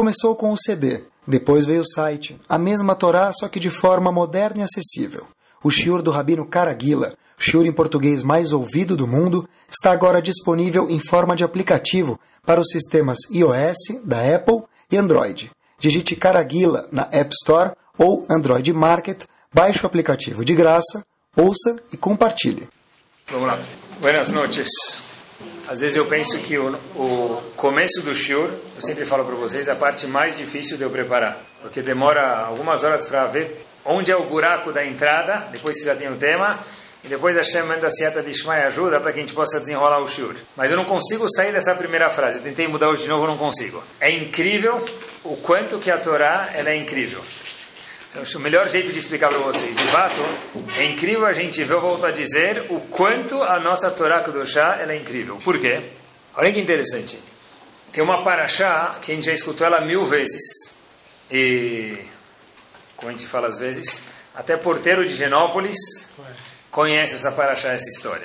Começou com o CD, depois veio o site, a mesma Torá, só que de forma moderna e acessível. O shiur do Rabino Caraguila, o shiur em português mais ouvido do mundo, está agora disponível em forma de aplicativo para os sistemas iOS, da Apple e Android. Digite Caraguila na App Store ou Android Market, baixe o aplicativo de graça, ouça e compartilhe. Vamos lá. Buenas noches. Às vezes eu penso que o começo do shiur, eu sempre falo para vocês, é a parte mais difícil de eu preparar, porque demora algumas horas para ver onde é o buraco da entrada, depois você já tem o tema, e depois a Shem manda Siata de Ishmael ajuda para que a gente possa desenrolar o shiur. Mas eu não consigo sair dessa primeira frase, eu tentei mudar hoje de novo, eu não consigo. É incrível o quanto que a Torá ela é incrível. O melhor jeito de explicar para vocês, de fato, é incrível a gente ver, eu volto a dizer, o quanto a nossa Torá Kedoshá ela é incrível. Por quê? Olha que interessante. Tem uma paraxá que a gente já escutou ela 1000 vezes. E, como a gente fala às vezes, até porteiro de Genópolis conhece essa paraxá, essa história.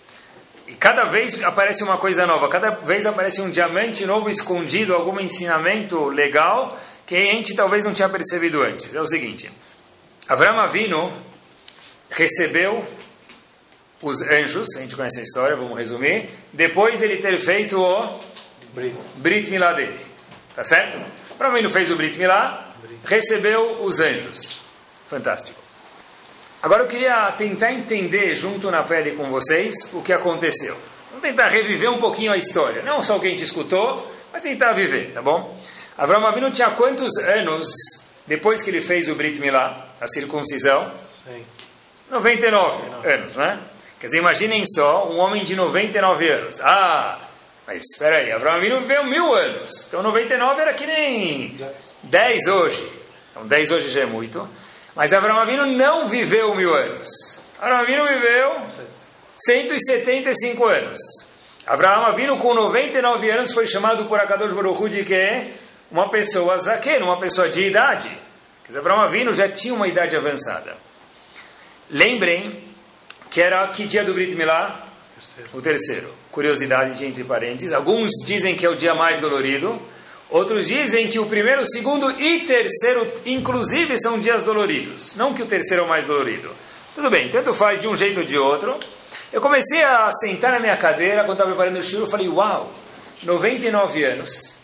E cada vez aparece uma coisa nova, cada vez aparece um diamante novo escondido, algum ensinamento legal que a gente talvez não tinha percebido antes. É o seguinte, Avraham Avinu recebeu os anjos, a gente conhece a história, vamos resumir, depois de ele ter feito o Brit Milá dele. Tá certo? Avraham Avinu fez o Brit Milá, recebeu os anjos. Fantástico. Agora eu queria tentar entender junto na pele com vocês o que aconteceu. Vamos tentar reviver um pouquinho a história. Não só o que a gente escutou, mas tentar viver, tá bom? Avraham Avinu tinha quantos anos depois que ele fez o Brit Milá, a circuncisão? Sim. 99 anos, né? Quer dizer, imaginem só, um homem de 99 anos. Ah, mas espera aí, Avraham Avinu viveu 1000 anos. Então 99 era que nem 10 hoje. Então 10 hoje já é muito. Mas Avraham Avinu não viveu 1000 anos. Avraham Avinu viveu 175 anos. Avraham Avinu com 99 anos foi chamado por Akadosh Baruch Hu de quê? Uma pessoa zaken, uma pessoa de idade. Quer dizer, Avraham Avinu já tinha uma idade avançada. Lembrem que era que dia do Brit Milá? O terceiro. Curiosidade entre parênteses. Alguns dizem que é o dia mais dolorido. Outros dizem que o primeiro, o segundo e terceiro, inclusive, são dias doloridos. Não que o terceiro é o mais dolorido. Tudo bem, tanto faz de um jeito ou de outro. Eu comecei a sentar na minha cadeira, quando estava preparando o shiur, eu falei, uau, 99 anos.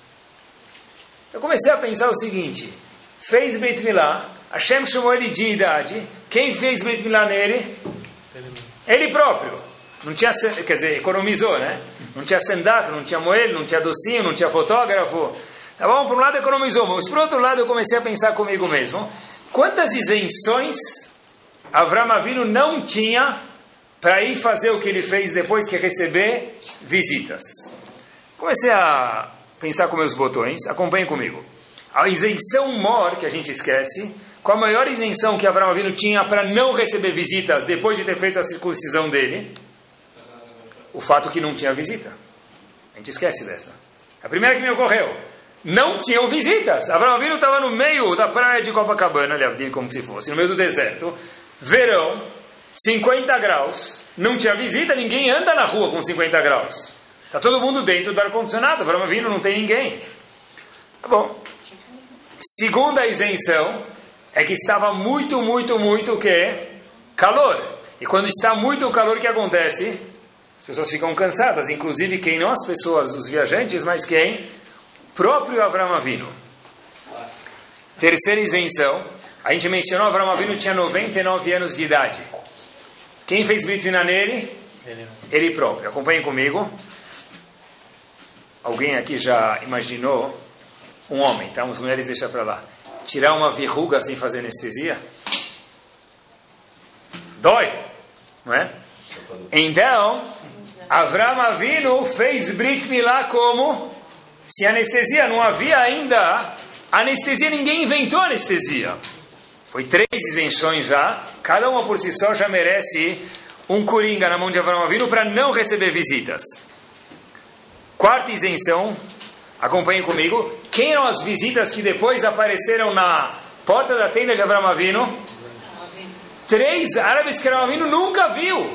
Eu comecei a pensar o seguinte, fez Brit Milá, Hashem chamou ele de idade, quem fez Brit Milá nele? Ele próprio. Não tinha, quer dizer, economizou, né? Não tinha sandak, não tinha moelho, não tinha docinho, não tinha fotógrafo. Tá bom? Por um lado economizou, mas por outro lado eu comecei a pensar comigo mesmo, quantas isenções Avraham Avinu não tinha para ir fazer o que ele fez depois que receber visitas. Comecei a pensar com meus botões, acompanhem comigo. A isenção mor, que a gente esquece, qual a maior isenção que Avraham Avinu tinha para não receber visitas depois de ter feito a circuncisão dele? O fato que não tinha visita. A gente esquece dessa. A primeira que me ocorreu. Não tinham visitas. Avraham Avinu estava no meio da praia de Copacabana, aliás, como se fosse, no meio do deserto. Verão, 50 graus. Não tinha visita, ninguém anda na rua com 50 graus. Está todo mundo dentro do ar-condicionado. Avraham Avinu não tem ninguém. Tá bom. Segunda isenção é que estava muito o quê? Calor. E quando está muito calor, o que acontece? As pessoas ficam cansadas, inclusive quem? Não as pessoas, os viajantes, mas quem? Próprio Avraham Avinu. Terceira isenção, a gente mencionou Avraham Avinu tinha 99 anos de idade. Quem fez Brit Milá nele? Ele próprio. Acompanhem comigo. Alguém aqui já imaginou um homem, tá? As mulheres deixam para lá. Tirar uma verruga sem fazer anestesia? Dói, não é? Então, Avraham Avinu fez Brit Milá como? Se anestesia não havia ainda, anestesia, ninguém inventou anestesia. Foi 3 isenções já, cada uma por si só já merece um coringa na mão de Avraham Avinu para não receber visitas. Quarta isenção, acompanhem comigo, quem eram as visitas que depois apareceram na porta da tenda de Avraham Avinu? 3 árabes que Avraham Avinu nunca viu.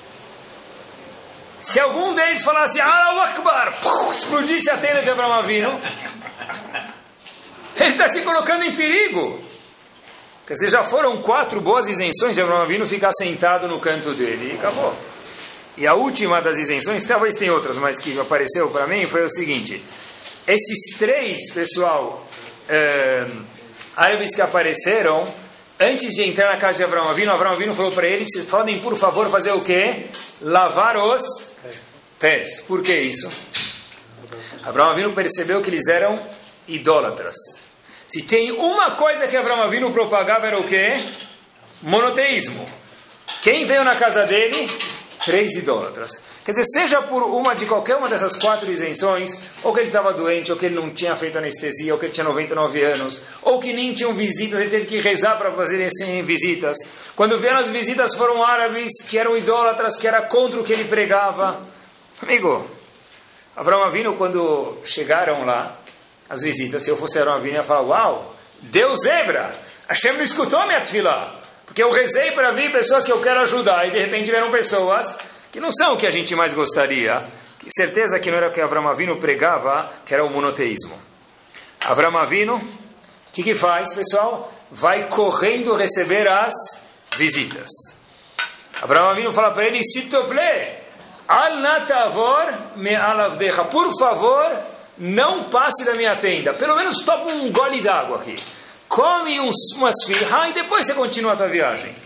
Se algum deles falasse Allahu Akbar, explodisse a tenda de Avraham Avinu, Ele está se colocando em perigo. Quer dizer, já foram 4 boas isenções de Avraham Avinu ficar sentado no canto dele e acabou. E a última das isenções, talvez tem outras, mas que apareceu para mim, foi o seguinte. Esses 3, pessoal, árabes que apareceram, antes de entrar na casa de Avraham Avinu falou para eles, vocês podem, por favor, fazer o quê? Lavar os pés. Por que isso? Avraham Avinu percebeu que eles eram idólatras. Se tem uma coisa que Avraham Avinu propagava era o quê? Monoteísmo. Quem veio na casa dele? 3 idólatras. Quer dizer, seja por qualquer uma dessas 4 isenções, ou que ele estava doente, ou que ele não tinha feito anestesia, ou que ele tinha 99 anos, ou que nem tinham visitas, ele teve que rezar para fazer visitas. Quando vieram as visitas foram árabes, que eram idólatras, que era contra o que ele pregava. Amigo, Avraham Avinu, quando chegaram lá, as visitas, se eu fosse Avraham Avinu, eu ia falar, uau, Deus zebra, Hashem não escutou a minha tefilá, porque eu rezei para vir pessoas que eu quero ajudar, e de repente vieram pessoas que não são o que a gente mais gostaria, que certeza que não era o que Avraham Avinu pregava, que era o monoteísmo. Avraham Avinu, o que faz, pessoal? Vai correndo receber as visitas. Avraham Avinu fala para ele, Sitople, al natavor me alavdecha, por favor, não passe da minha tenda, pelo menos toma um gole d'água aqui, come umas firra e depois você continua a tua viagem.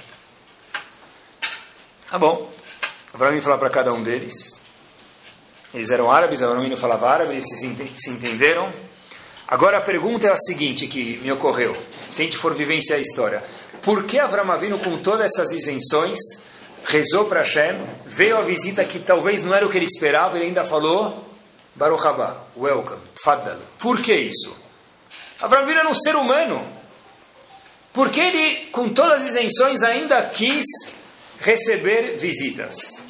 Tá bom. Avraham Avinu falou para cada um deles. Eles eram árabes, Avraham Avinu falava árabe, eles se entenderam. Agora a pergunta é a seguinte que me ocorreu, se a gente for vivenciar a história. Por que Avraham Avinu, com todas essas isenções, rezou para Hashem, veio a visita que talvez não era o que ele esperava, ele ainda falou, Baruch haba, welcome, tfaddal. Por que isso? Avraham Avinu era um ser humano. Por que ele, com todas as isenções, ainda quis receber visitas?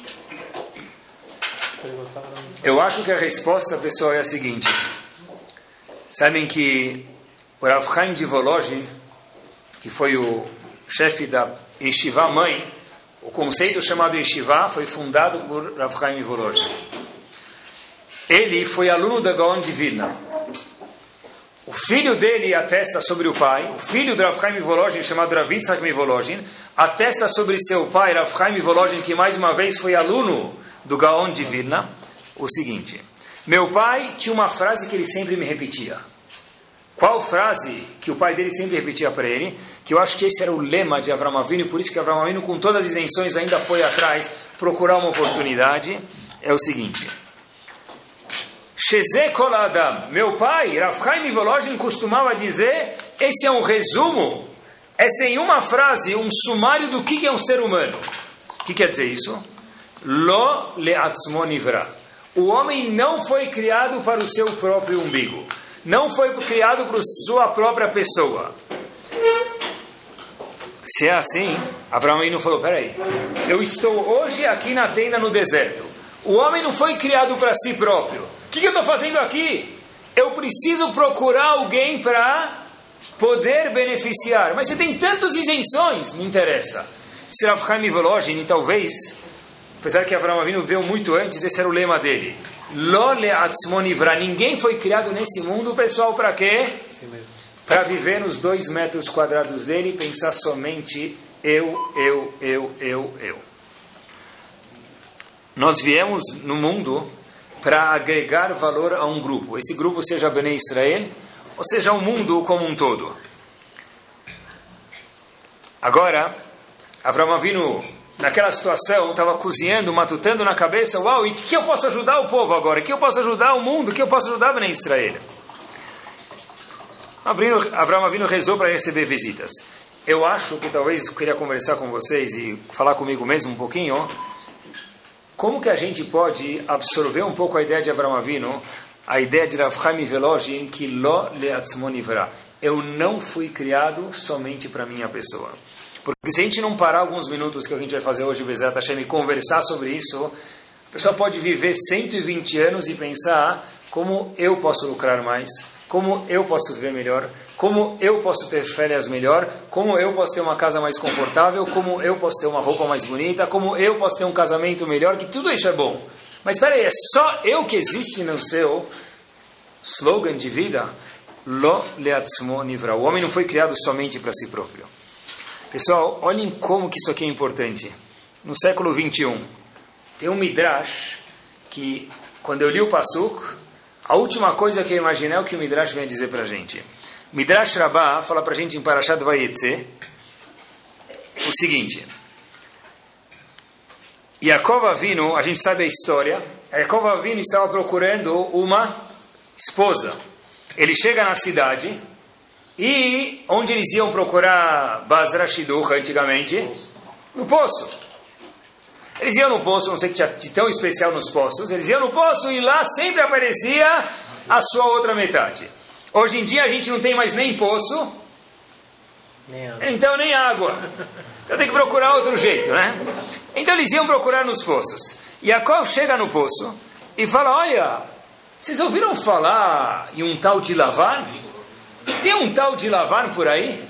Eu acho que a resposta, pessoal, é a seguinte. Sabem que o Rav Chaim de Volozhin, que foi o chefe da Yeshiva Mãe, o conceito chamado Yeshiva foi fundado por Rav Chaim de Volozhin. Ele foi aluno da Gaon de Vilna. O filho dele atesta sobre o pai, o filho do Rav Chaim Volozhin, chamado Rav Yitzhak Volozhin, atesta sobre seu pai, Rav Chaim Volozhin, que mais uma vez foi aluno do Gaon de Vilna, o seguinte: meu pai tinha uma frase que ele sempre me repetia. Qual frase que o pai dele sempre repetia para ele? Que eu acho que esse era o lema de Avraham Avinu, e por isso que Avraham Avinu, com todas as isenções, ainda foi atrás procurar uma oportunidade. É o seguinte: Sheze kol adam. Meu pai, Rav Chaim Volozhin, costumava dizer, esse é um resumo, essa é em uma frase, um sumário do que é um ser humano. O que quer dizer isso? Lo le'atzmo nivra. O homem não foi criado para o seu próprio umbigo. Não foi criado para a sua própria pessoa. Se é assim, Avraham Avinu falou, peraí, eu estou hoje aqui na tenda no deserto. O homem não foi criado para si próprio. O que eu estou fazendo aqui? Eu preciso procurar alguém para poder beneficiar. Mas você tem tantas isenções, não interessa. Se Rav Chaim Volozhin, talvez, apesar que Avraham Avinu veio muito antes, esse era o lema dele. Lo le'atzmo nivra. Ninguém foi criado nesse mundo, pessoal, para quê? Para viver nos 2 metros quadrados dele e pensar somente eu. Nós viemos no mundo para agregar valor a um grupo. Esse grupo seja Bnei Israel, ou seja o mundo como um todo. Agora, Avraham Avinu, naquela situação, estava cozinhando, matutando na cabeça, uau, e o que eu posso ajudar o povo agora? O que eu posso ajudar o mundo? O que eu posso ajudar Bnei Israel? Avraham Avinu rezou para receber visitas. Eu acho que talvez eu queria conversar com vocês e falar comigo mesmo um pouquinho. Como que a gente pode absorver um pouco a ideia de Avraham Avinu, a ideia de Rav Chaim Volozhin, que lo le'atzmo nivra. Eu não fui criado somente para minha pessoa. Porque se a gente não parar alguns minutos que a gente vai fazer hoje, Bezerra Hashem, e conversar sobre isso, a pessoa pode viver 120 anos e pensar como eu posso lucrar mais, como eu posso viver melhor, como eu posso ter férias melhor, como eu posso ter uma casa mais confortável, como eu posso ter uma roupa mais bonita, como eu posso ter um casamento melhor, que tudo isso é bom. Mas espera aí, é só eu que existe no seu slogan de vida? Lo leatzmo nivra. O homem não foi criado somente para si próprio. Pessoal, olhem como que isso aqui é importante. No século 21, tem um Midrash que, quando eu li o Pasuk, a última coisa que eu imaginei é o que o Midrash vem dizer para a gente. O Midrash Rabbah fala para a gente em Parashat Vayetze o seguinte: Yaakov Avinu, a gente sabe a história, Yaakov Avinu estava procurando uma esposa. Ele chega na cidade, e onde eles iam procurar Basra Shidduch antigamente? No poço. Eles iam no poço, não sei o que tinha de tão especial nos poços, eles iam no poço e lá sempre aparecia a sua outra metade. Hoje em dia a gente não tem mais nem poço, então nem água. Então tem que procurar outro jeito, né? Então eles iam procurar nos poços. Yaakov chega no poço e fala: olha, vocês ouviram falar em um tal de Lavan? Tem um tal de Lavan por aí?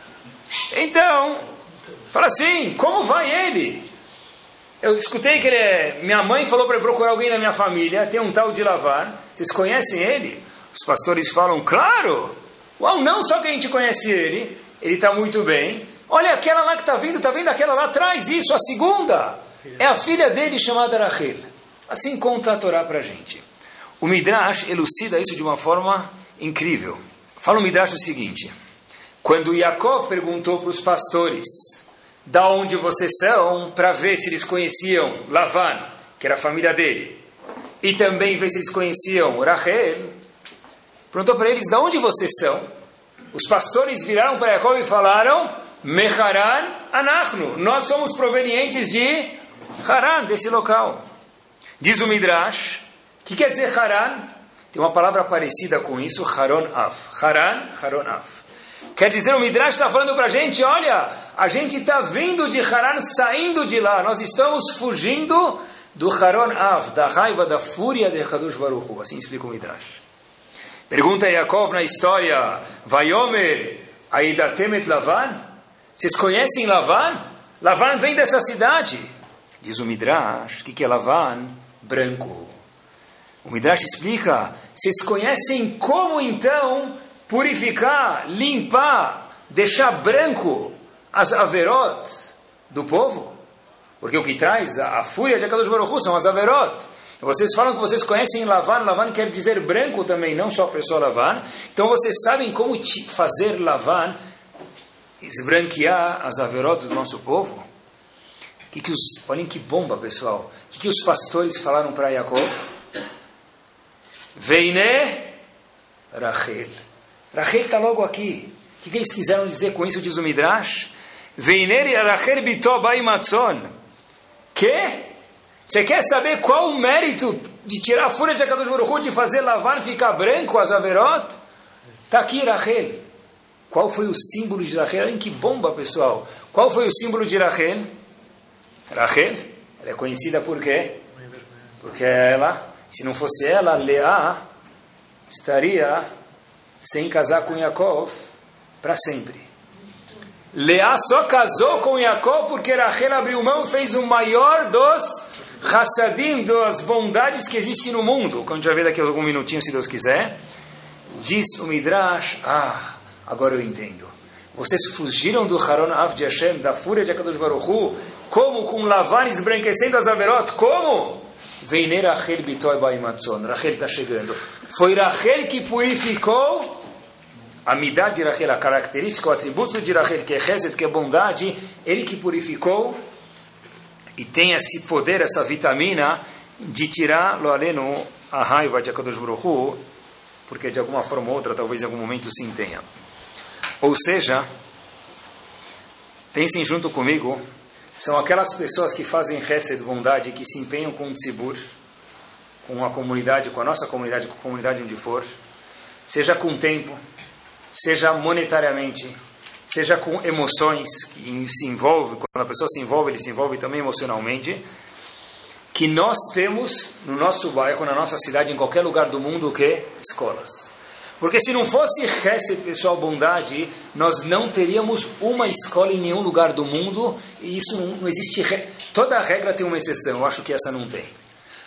Então, fala assim: como vai ele? Eu escutei que minha mãe falou para eu procurar alguém da minha família, tem um tal de Lavan, vocês conhecem ele? Os pastores falam: claro! Uau, não só que a gente conhece ele está muito bem. Olha aquela lá que está vendo aquela lá atrás, isso, a segunda. É a filha dele chamada Rachel. Assim conta a Torá para a gente. O Midrash elucida isso de uma forma incrível. Fala o Midrash o seguinte: quando Yaakov perguntou para os pastores da onde vocês são, para ver se eles conheciam Lavan, que era a família dele, e também ver se eles conheciam Rachel, perguntou para eles: da onde vocês são? Os pastores viraram para Yaakov e falaram: Meharan anachnu, nós somos provenientes de Haran, desse local. Diz o Midrash, o que quer dizer Haran? Tem uma palavra parecida com isso, Haron Av. Haran, Haron Av. Quer dizer, o Midrash está falando para a gente: olha, a gente está vindo de Haran, saindo de lá, nós estamos fugindo do Haron Av, da raiva, da fúria de Kadosh Baruch Hu. Assim explica o Midrash. Pergunta a Yaakov na história: Vayomer Aidatemet Lavan? Vocês conhecem Lavan? Lavan vem dessa cidade. Diz o Midrash, o que é Lavan? Branco. O Midrash explica: vocês conhecem como então purificar, limpar, deixar branco as averot do povo? Porque o que traz a fúria de Akadosh Baruch Hu são as averot. E vocês falam que vocês conhecem Lavan. Lavan quer dizer branco também, não só a pessoa Lavan. Então vocês sabem como fazer Lavan, esbranquear as averot do nosso povo? Olhem que bomba, pessoal. O que os pastores falaram para Yaakov? Veine Rachel. Rachel está logo aqui. O que eles quiseram dizer com isso, diz o Midrash? Veine Rachel bito bai matzon. Que? Você quer saber qual o mérito de tirar a fúria de Akadosh Baruch Hu, de fazer Lavan ficar branco, as averot? Está aqui Rachel. Qual foi o símbolo de Rachel? Olhem que bomba, pessoal. Qual foi o símbolo de Rachel? Rachel, ela é conhecida por quê? Porque ela, se não fosse ela, Leá estaria sem casar com Yaakov para sempre. Leá só casou com Yaakov porque Rachel abriu mão e fez o maior dos Hassadim, das bondades que existem no mundo. Como a gente vai ver daqui a algum minutinho, se Deus quiser. Diz o Midrash: agora eu entendo. Vocês fugiram do Haron Av de Hashem, da fúria de Akadosh Baruch Hu, como com Lavan esbranquecendo as averot? Como? Veine Rachel bitoi bai matzon. Rachel está chegando. Foi Rachel que purificou a midá de Rachel, a característica, o atributo de Rachel, que é Chesed, que é bondade, ele que purificou e tem esse poder, essa vitamina de tirar, lo aleno, a raiva de Akadosh Baruch Hu, porque de alguma forma ou outra, talvez em algum momento sim tenha. Ou seja, pensem junto comigo, são aquelas pessoas que fazem Chesed, bondade, que se empenham com o tzibur, com a comunidade, com a nossa comunidade, com a comunidade onde for, seja com tempo, seja monetariamente, seja com emoções, que se envolve, quando a pessoa se envolve, ele se envolve também emocionalmente, que nós temos no nosso bairro, na nossa cidade, em qualquer lugar do mundo, o quê? Escolas. Porque se não fosse Chesed, pessoal, bondade, nós não teríamos uma escola em nenhum lugar do mundo, e isso não existe. Toda regra tem uma exceção, eu acho que essa não tem.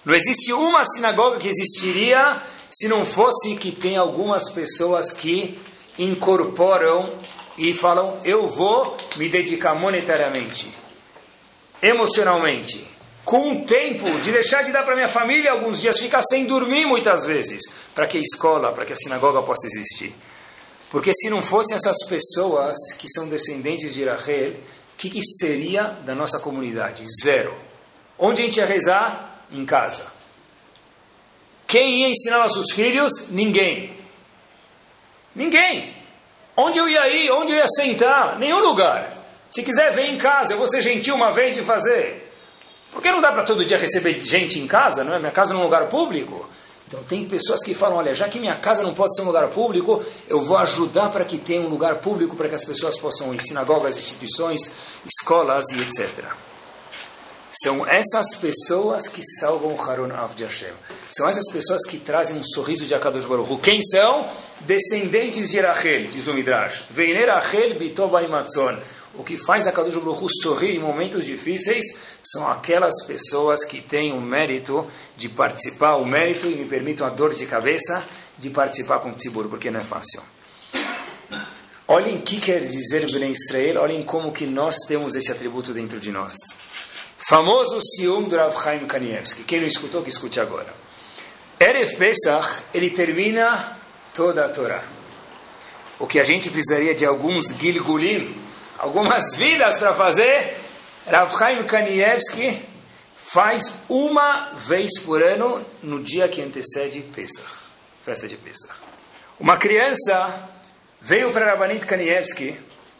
Não existe uma sinagoga que existiria se não fosse que tem algumas pessoas que incorporam e falam, eu vou me dedicar monetariamente, emocionalmente, com o tempo de deixar de dar para minha família alguns dias, ficar sem dormir muitas vezes, para que a escola, para que a sinagoga possa existir. Porque se não fossem essas pessoas que são descendentes de Rachel, o que seria da nossa comunidade? Zero. Onde a gente ia rezar? Em casa. Quem ia ensinar nossos filhos? Ninguém. Ninguém. Onde eu ia ir? Onde eu ia sentar? Nenhum lugar. Se quiser, vem em casa. Eu vou ser gentil uma vez de fazer. Porque não dá para todo dia receber gente em casa, não é? Minha casa não é um lugar público. Então tem pessoas que falam, olha, já que minha casa não pode ser um lugar público, eu vou ajudar para que tenha um lugar público para que as pessoas possam ir, sinagogas, instituições, escolas e etc. São essas pessoas que salvam o Haron Av de Hashem. São essas pessoas que trazem um sorriso de Akadosh Baruch Hu. Quem são? Descendentes de Rachel, diz o Midrash. Veiner Rachel bitoba imatzon. O que faz Akadosh Baruch Hu sorrir em momentos difíceis são aquelas pessoas que têm o mérito de participar, o mérito, e me permitam a dor de cabeça, de participar com o Tzibur, porque não é fácil. Olhem o que quer dizer Bnei Israel, olhem como que nós temos esse atributo dentro de nós. Famoso Sium do Rav Chaim Kanievsky. Quem não escutou, que escute agora. Erev Pesach, ele termina toda a Torá. O que a gente precisaria de alguns Gilgulim, algumas vidas para fazer, Rav Chaim Kanievsky faz uma vez por ano no dia que antecede Pesach, festa de Pesach. Uma criança veio para Rabbanit Kanievsky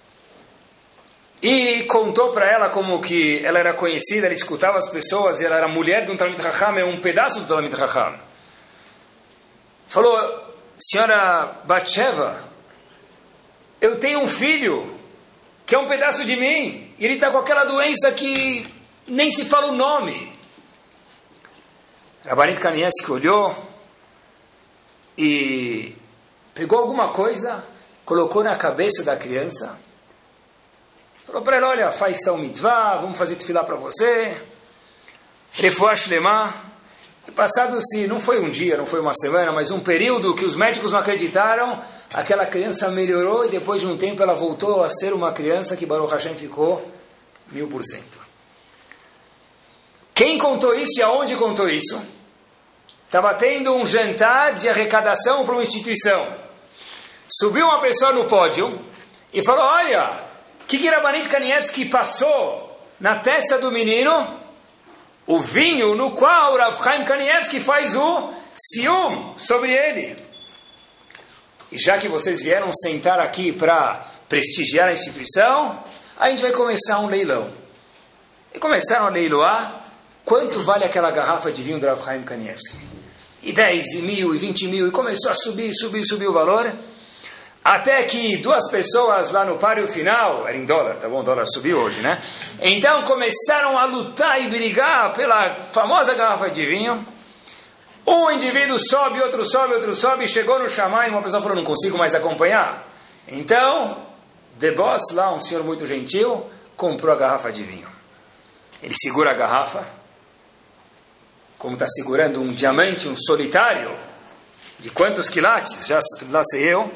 e contou para ela como que ela era conhecida, ela escutava as pessoas, e ela era mulher de um Talmid Chacham, é um pedaço do Talmid Chacham. Falou, senhora Batsheva, eu tenho um filho que é um pedaço de mim, e ele está com aquela doença que nem se fala o nome. Rabbanit Kanievsky olhou e pegou alguma coisa, colocou na cabeça da criança, falou para ela, olha, faz tal mitzvah, vamos fazer tefilá para você, refuah shlema. E passado-se, não foi um dia, não foi uma semana, mas um período que os médicos não acreditaram, aquela criança melhorou e depois de um tempo ela voltou a ser uma criança que Baruch Hashem ficou 1000%. Quem contou isso e aonde contou isso? Estava tendo um jantar de arrecadação para uma instituição. Subiu uma pessoa no pódio e falou, olha, o que Rabbanit Kanievsky passou na testa do menino? O vinho no qual Rav Chaim Kanievsky faz o sium sobre ele. E já que vocês vieram sentar aqui para prestigiar a instituição, a gente vai começar um leilão. E começaram a leiloar quanto vale aquela garrafa de vinho do Rav Chaim Kanievsky. E 10, e 1.000, e 20.000, e começou a subir o valor. Até que duas pessoas lá no páreo final, era em dólar, tá bom? O dólar subiu hoje, né? Então começaram a lutar e brigar pela famosa garrafa de vinho. Um indivíduo sobe, outro sobe, chegou no Shammai, uma pessoa falou, não consigo mais acompanhar. Então, The Boss, lá um senhor muito gentil, comprou a garrafa de vinho. Ele segura a garrafa, como está segurando um diamante, um solitário, de quantos quilates, já lá sei eu.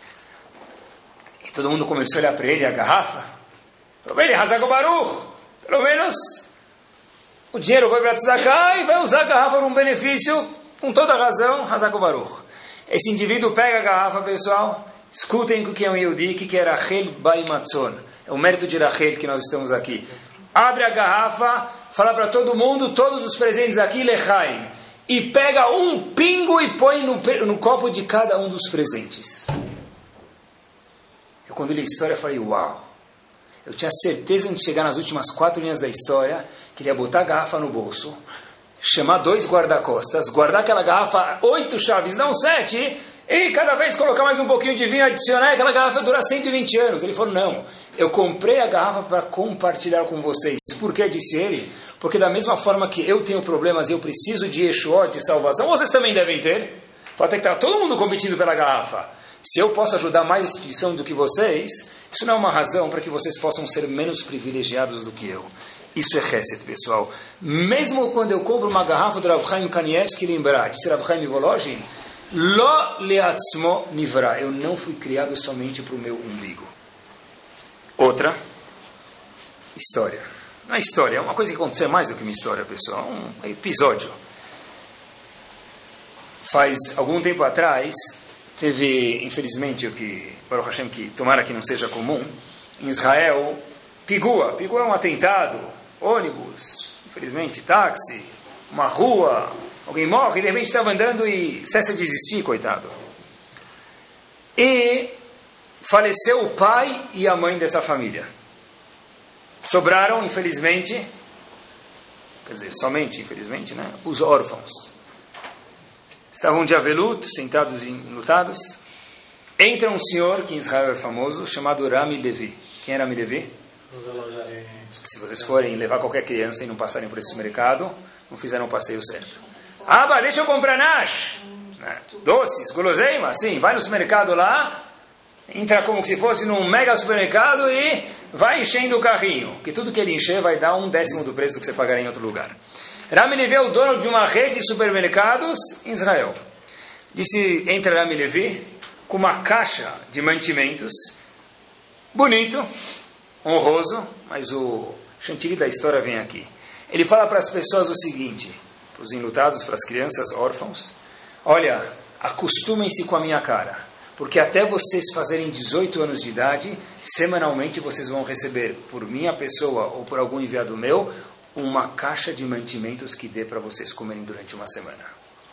E todo mundo começou a olhar para ele, a garrafa. Falou, ele, Hazak Baruch, pelo menos o dinheiro vai para tzedakah e vai usar a garrafa para um benefício, com toda razão, Hazak Baruch. Esse indivíduo pega a garrafa, pessoal, escutem o que é um Yehudi, o que é Rachel Bai Matzon. É o mérito de Rachel que nós estamos aqui. Abre a garrafa, fala para todo mundo, todos os presentes aqui, Lechaim. E pega um pingo e põe no copo de cada um dos presentes. Eu, quando li a história, falei, uau. Eu tinha certeza de chegar nas últimas 4 linhas da história, que ele ia botar a garrafa no bolso, chamar 2 guarda-costas, guardar aquela garrafa 8 chaves, não 7, e cada vez colocar mais um pouquinho de vinho, adicionar, e aquela garrafa durar 120 anos. Ele falou, não, eu comprei a garrafa para compartilhar com vocês. Por que, disse ele? Porque da mesma forma que eu tenho problemas e eu preciso de Yeshua, de salvação, vocês também devem ter. Falta que está todo mundo competindo pela garrafa. Se eu posso ajudar mais a instituição do que vocês, isso não é uma razão para que vocês possam ser menos privilegiados do que eu. Isso é Chesed, pessoal. Mesmo quando eu compro uma garrafa do Rav Chaim Kanievsky, lembrar, disse Rav Chaim Volozhin, Lo leatzmo nivra. Eu não fui criado somente para o meu umbigo. Outra história. Não é história, é uma coisa que aconteceu mais do que uma história, pessoal. Um episódio. Faz algum tempo atrás, teve, infelizmente, o que, Baruch Hashem, que tomara que não seja comum, em Israel, Pigua. Pigua é um atentado, ônibus, infelizmente, táxi, uma rua, alguém morre, e de repente estava andando e cessa de existir, coitado. E faleceu o pai e a mãe dessa família. Sobraram, infelizmente, quer dizer, somente, infelizmente, né, os órfãos. Estavam de aveluto, sentados e enlutados. Entra um senhor, que em Israel é famoso, chamado Rami Levi. Quem é Rami Levi? Se vocês forem levar qualquer criança e não passarem por esse mercado, não fizeram o passeio certo. Aba, deixa eu comprar nash. Doces, guloseimas, sim, vai no supermercado lá, entra como se fosse num mega supermercado e vai enchendo o carrinho, que tudo que ele encher vai dar 1/10 do preço do que você pagaria em outro lugar. Rami Levi é o dono de uma rede de supermercados em Israel. Disse, entra Rami Levi com uma caixa de mantimentos, bonito, honroso, mas o chantilly da história vem aqui. Ele fala para as pessoas o seguinte, para os enlutados, para as crianças, órfãos, olha, acostumem-se com a minha cara, porque até vocês fazerem 18 anos de idade, semanalmente vocês vão receber, por minha pessoa ou por algum enviado meu, uma caixa de mantimentos que dê para vocês comerem durante uma semana.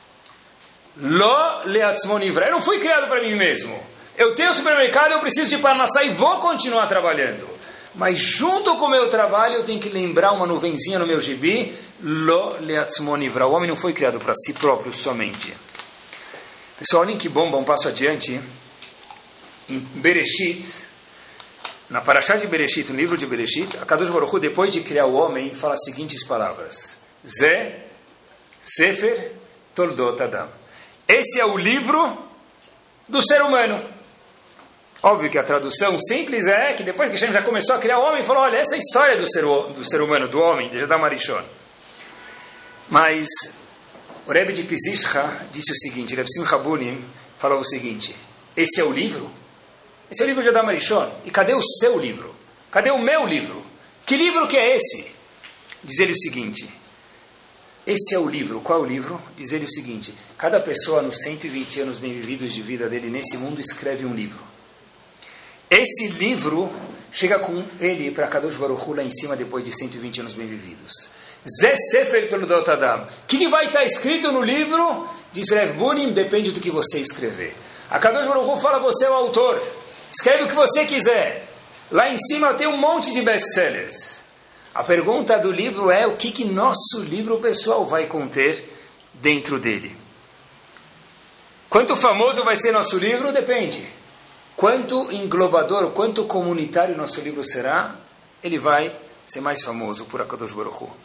Lo leatzmo nivra. Eu não fui criado para mim mesmo. Eu tenho supermercado, eu preciso de Parnassá e vou continuar trabalhando. Mas junto com o meu trabalho, eu tenho que lembrar uma nuvenzinha no meu gibi. Lo leatzmo nivra. O homem não foi criado para si próprio somente. Pessoal, olhem que bomba, um passo adiante. Em Bereshit, na Parashá de Bereshit, no livro de Bereshit, a Kadosh Baruch Hu, depois de criar o homem, fala as seguintes palavras. Zé, Sefer, Toldot Adam. Esse é o livro do ser humano. Óbvio que a tradução simples é que depois que Hashem já começou a criar o homem, falou, olha, essa é a história do ser humano, do homem, de Adam Arishon. Mas o Rebbe de Pizishcha disse o seguinte, Rav Simcha Bunim falou o seguinte, esse é o livro? Esse é o livro de Adam Arishon. E cadê o seu livro? Cadê o meu livro? Que livro que é esse? Diz ele o seguinte. Esse é o livro. Qual é o livro? Diz ele o seguinte. Cada pessoa nos 120 anos bem vividos de vida dele nesse mundo escreve um livro. Esse livro chega com ele para Kadosh Baruch Hu lá em cima depois de 120 anos bem vividos. Zé Sefer Toldot Adam. O que vai estar escrito no livro? Diz Rav Bunim, depende do que você escrever. A Kadosh Baruch Hu fala, você é o autor. Escreve o que você quiser. Lá em cima tem um monte de best-sellers. A pergunta do livro é o que nosso livro pessoal vai conter dentro dele. Quanto famoso vai ser nosso livro? Depende. Quanto englobador, quanto comunitário nosso livro será, ele vai ser mais famoso por HaKadosh Baruch Hu.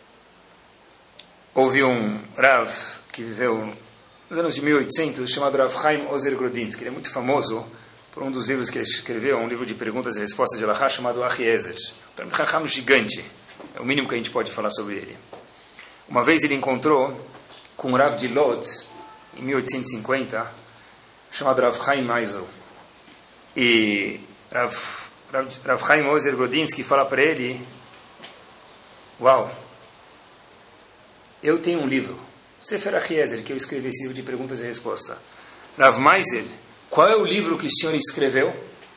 Houve um Rav que viveu nos anos de 1800, chamado Rav Chaim Ozer Grodinsky. Ele é muito famoso por um dos livros que ele escreveu, um livro de perguntas e respostas de Alahá, chamado Achiezer. Um Chacham gigante. É o mínimo que a gente pode falar sobre ele. Uma vez ele encontrou com um Rav de Lod, em 1850, chamado Rav Chaim Meisel. E Rav Chaim Ozer Grodinsky fala para ele, uau, eu tenho um livro, Sefer Achiezer, que eu escrevi esse livro de perguntas e respostas. Rav Meisel, qual é o livro que o senhor escreveu?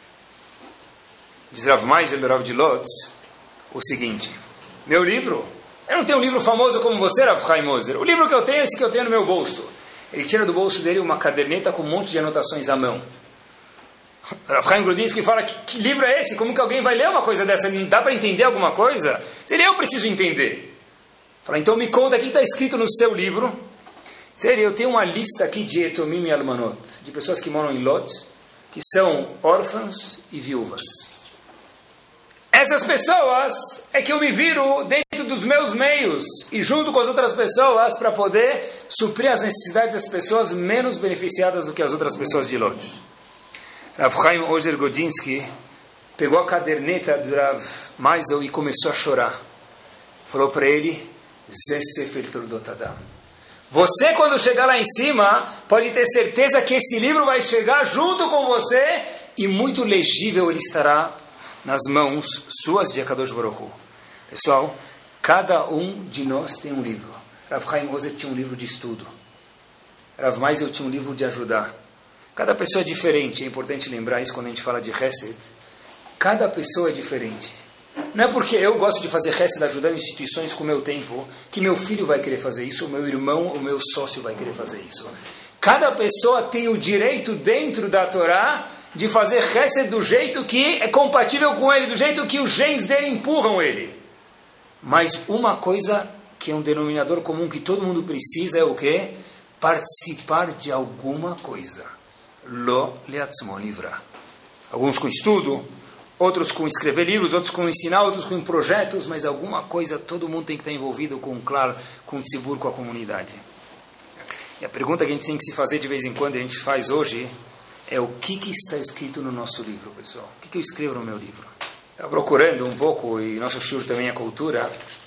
Diz Rav Meisel, do Rav de Lodz, o seguinte, meu livro? Eu não tenho um livro famoso como você, Rav Chaim Ozer. O livro que eu tenho é esse que eu tenho no meu bolso. Ele tira do bolso dele uma caderneta com um monte de anotações à mão. Rav Chaim Grodinsky fala, que livro é esse? Como que alguém vai ler uma coisa dessa? Não dá para entender alguma coisa? Se ele, eu preciso entender. Fala, então me conta o que está escrito no seu livro. Sério, eu tenho uma lista aqui de Etomim e Almanot, de pessoas que moram em Lot, que são órfãos e viúvas. Essas pessoas é que eu me viro dentro dos meus meios e junto com as outras pessoas para poder suprir as necessidades das pessoas menos beneficiadas do que as outras pessoas de Lot. Rav Chaim Ozer Grodinsky pegou a caderneta do Rav Meisel e começou a chorar. falou para ele, Zé Sefer Toldot Adam. Você, quando chegar lá em cima, pode ter certeza que esse livro vai chegar junto com você e muito legível ele estará nas mãos suas de Akadosh Baruch Hu. Pessoal, cada um de nós tem um livro. Rav Chaim Ozer tinha um livro de estudo. Rav Meisel tinha um livro de ajudar. Cada pessoa é diferente, é importante lembrar isso quando a gente fala de Hesed. Cada pessoa é diferente. Não é porque eu gosto de fazer Hesed ajudando instituições com o meu tempo, que meu filho vai querer fazer isso, o meu irmão, o meu sócio vai querer fazer isso. Cada pessoa tem o direito dentro da Torá de fazer Hesed do jeito que é compatível com ele, do jeito que os genes dele empurram ele. Mas uma coisa que é um denominador comum que todo mundo precisa é o quê? Participar de alguma coisa. Lo leatzmo livra. Alguns com estudo, outros com escrever livros, outros com ensinar, outros com projetos, mas alguma coisa, todo mundo tem que estar envolvido com o Klal, com o Tzibur, com a comunidade. E a pergunta que a gente tem que se fazer de vez em quando, a gente faz hoje, é o que está escrito no nosso livro, pessoal? O que eu escrevo no meu livro? Estava procurando um pouco, e nosso shur também é cultura.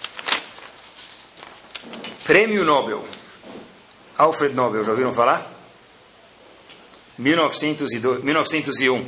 Prêmio Nobel. Alfred Nobel, já ouviram falar? 1901.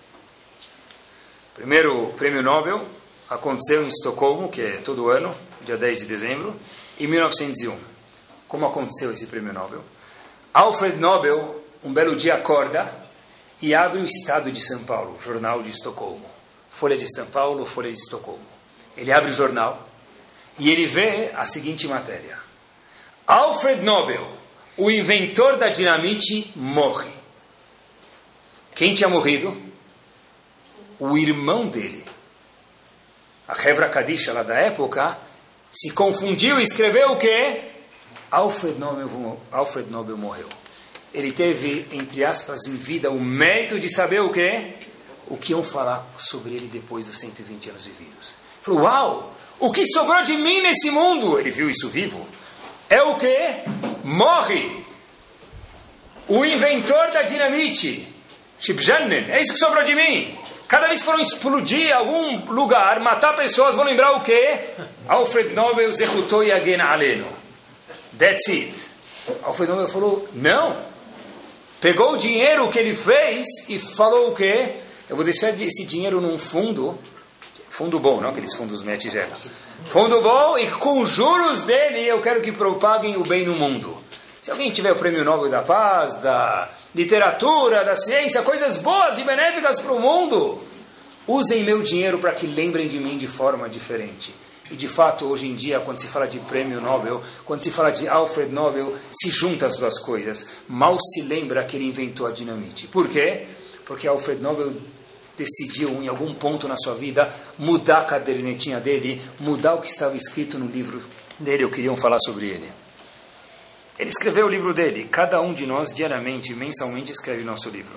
Primeiro prêmio Nobel aconteceu em Estocolmo, que é todo ano, dia 10 de dezembro, em 1901. Como aconteceu esse prêmio Nobel? Alfred Nobel, um belo dia, acorda e abre o Estado de São Paulo, jornal de Estocolmo. Folha de São Paulo, Folha de Estocolmo. Ele abre o jornal e ele vê a seguinte matéria. Alfred Nobel, o inventor da dinamite, morre. Quem tinha morrido? O irmão dele. A Hevra Kadisha lá da época se confundiu e escreveu o quê? Alfred Nobel morreu. Ele teve, entre aspas, em vida o mérito de saber o quê? O que iam falar sobre ele depois dos 120 anos vividos. Ele falou, uau, o que sobrou de mim nesse mundo? Ele viu isso vivo. É o quê? Morre. O inventor da dinamite. Shibjanen, é isso que sobrou de mim. Cada vez que foram explodir algum lugar, matar pessoas, vão lembrar o quê? Alfred Nobel Zechuto Yagen Aleno. That's it. Alfred Nobel falou, não. Pegou o dinheiro que ele fez e falou o quê? Eu vou deixar esse dinheiro num fundo bom, não aqueles fundos meia tigela. Fundo bom e com juros dele eu quero que propaguem o bem no mundo. Se alguém tiver o Prêmio Nobel da Paz, da literatura, da ciência, coisas boas e benéficas para o mundo, usem meu dinheiro para que lembrem de mim de forma diferente. E de fato, hoje em dia, quando se fala de Prêmio Nobel, quando se fala de Alfred Nobel, se juntam as duas coisas. Mal se lembra que ele inventou a dinamite. Por quê? Porque Alfred Nobel decidiu, em algum ponto na sua vida, mudar a cadernetinha dele, mudar o que estava escrito no livro dele, ou queriam falar sobre ele. Ele escreveu o livro dele. Cada um de nós, diariamente, mensalmente, escreve nosso livro.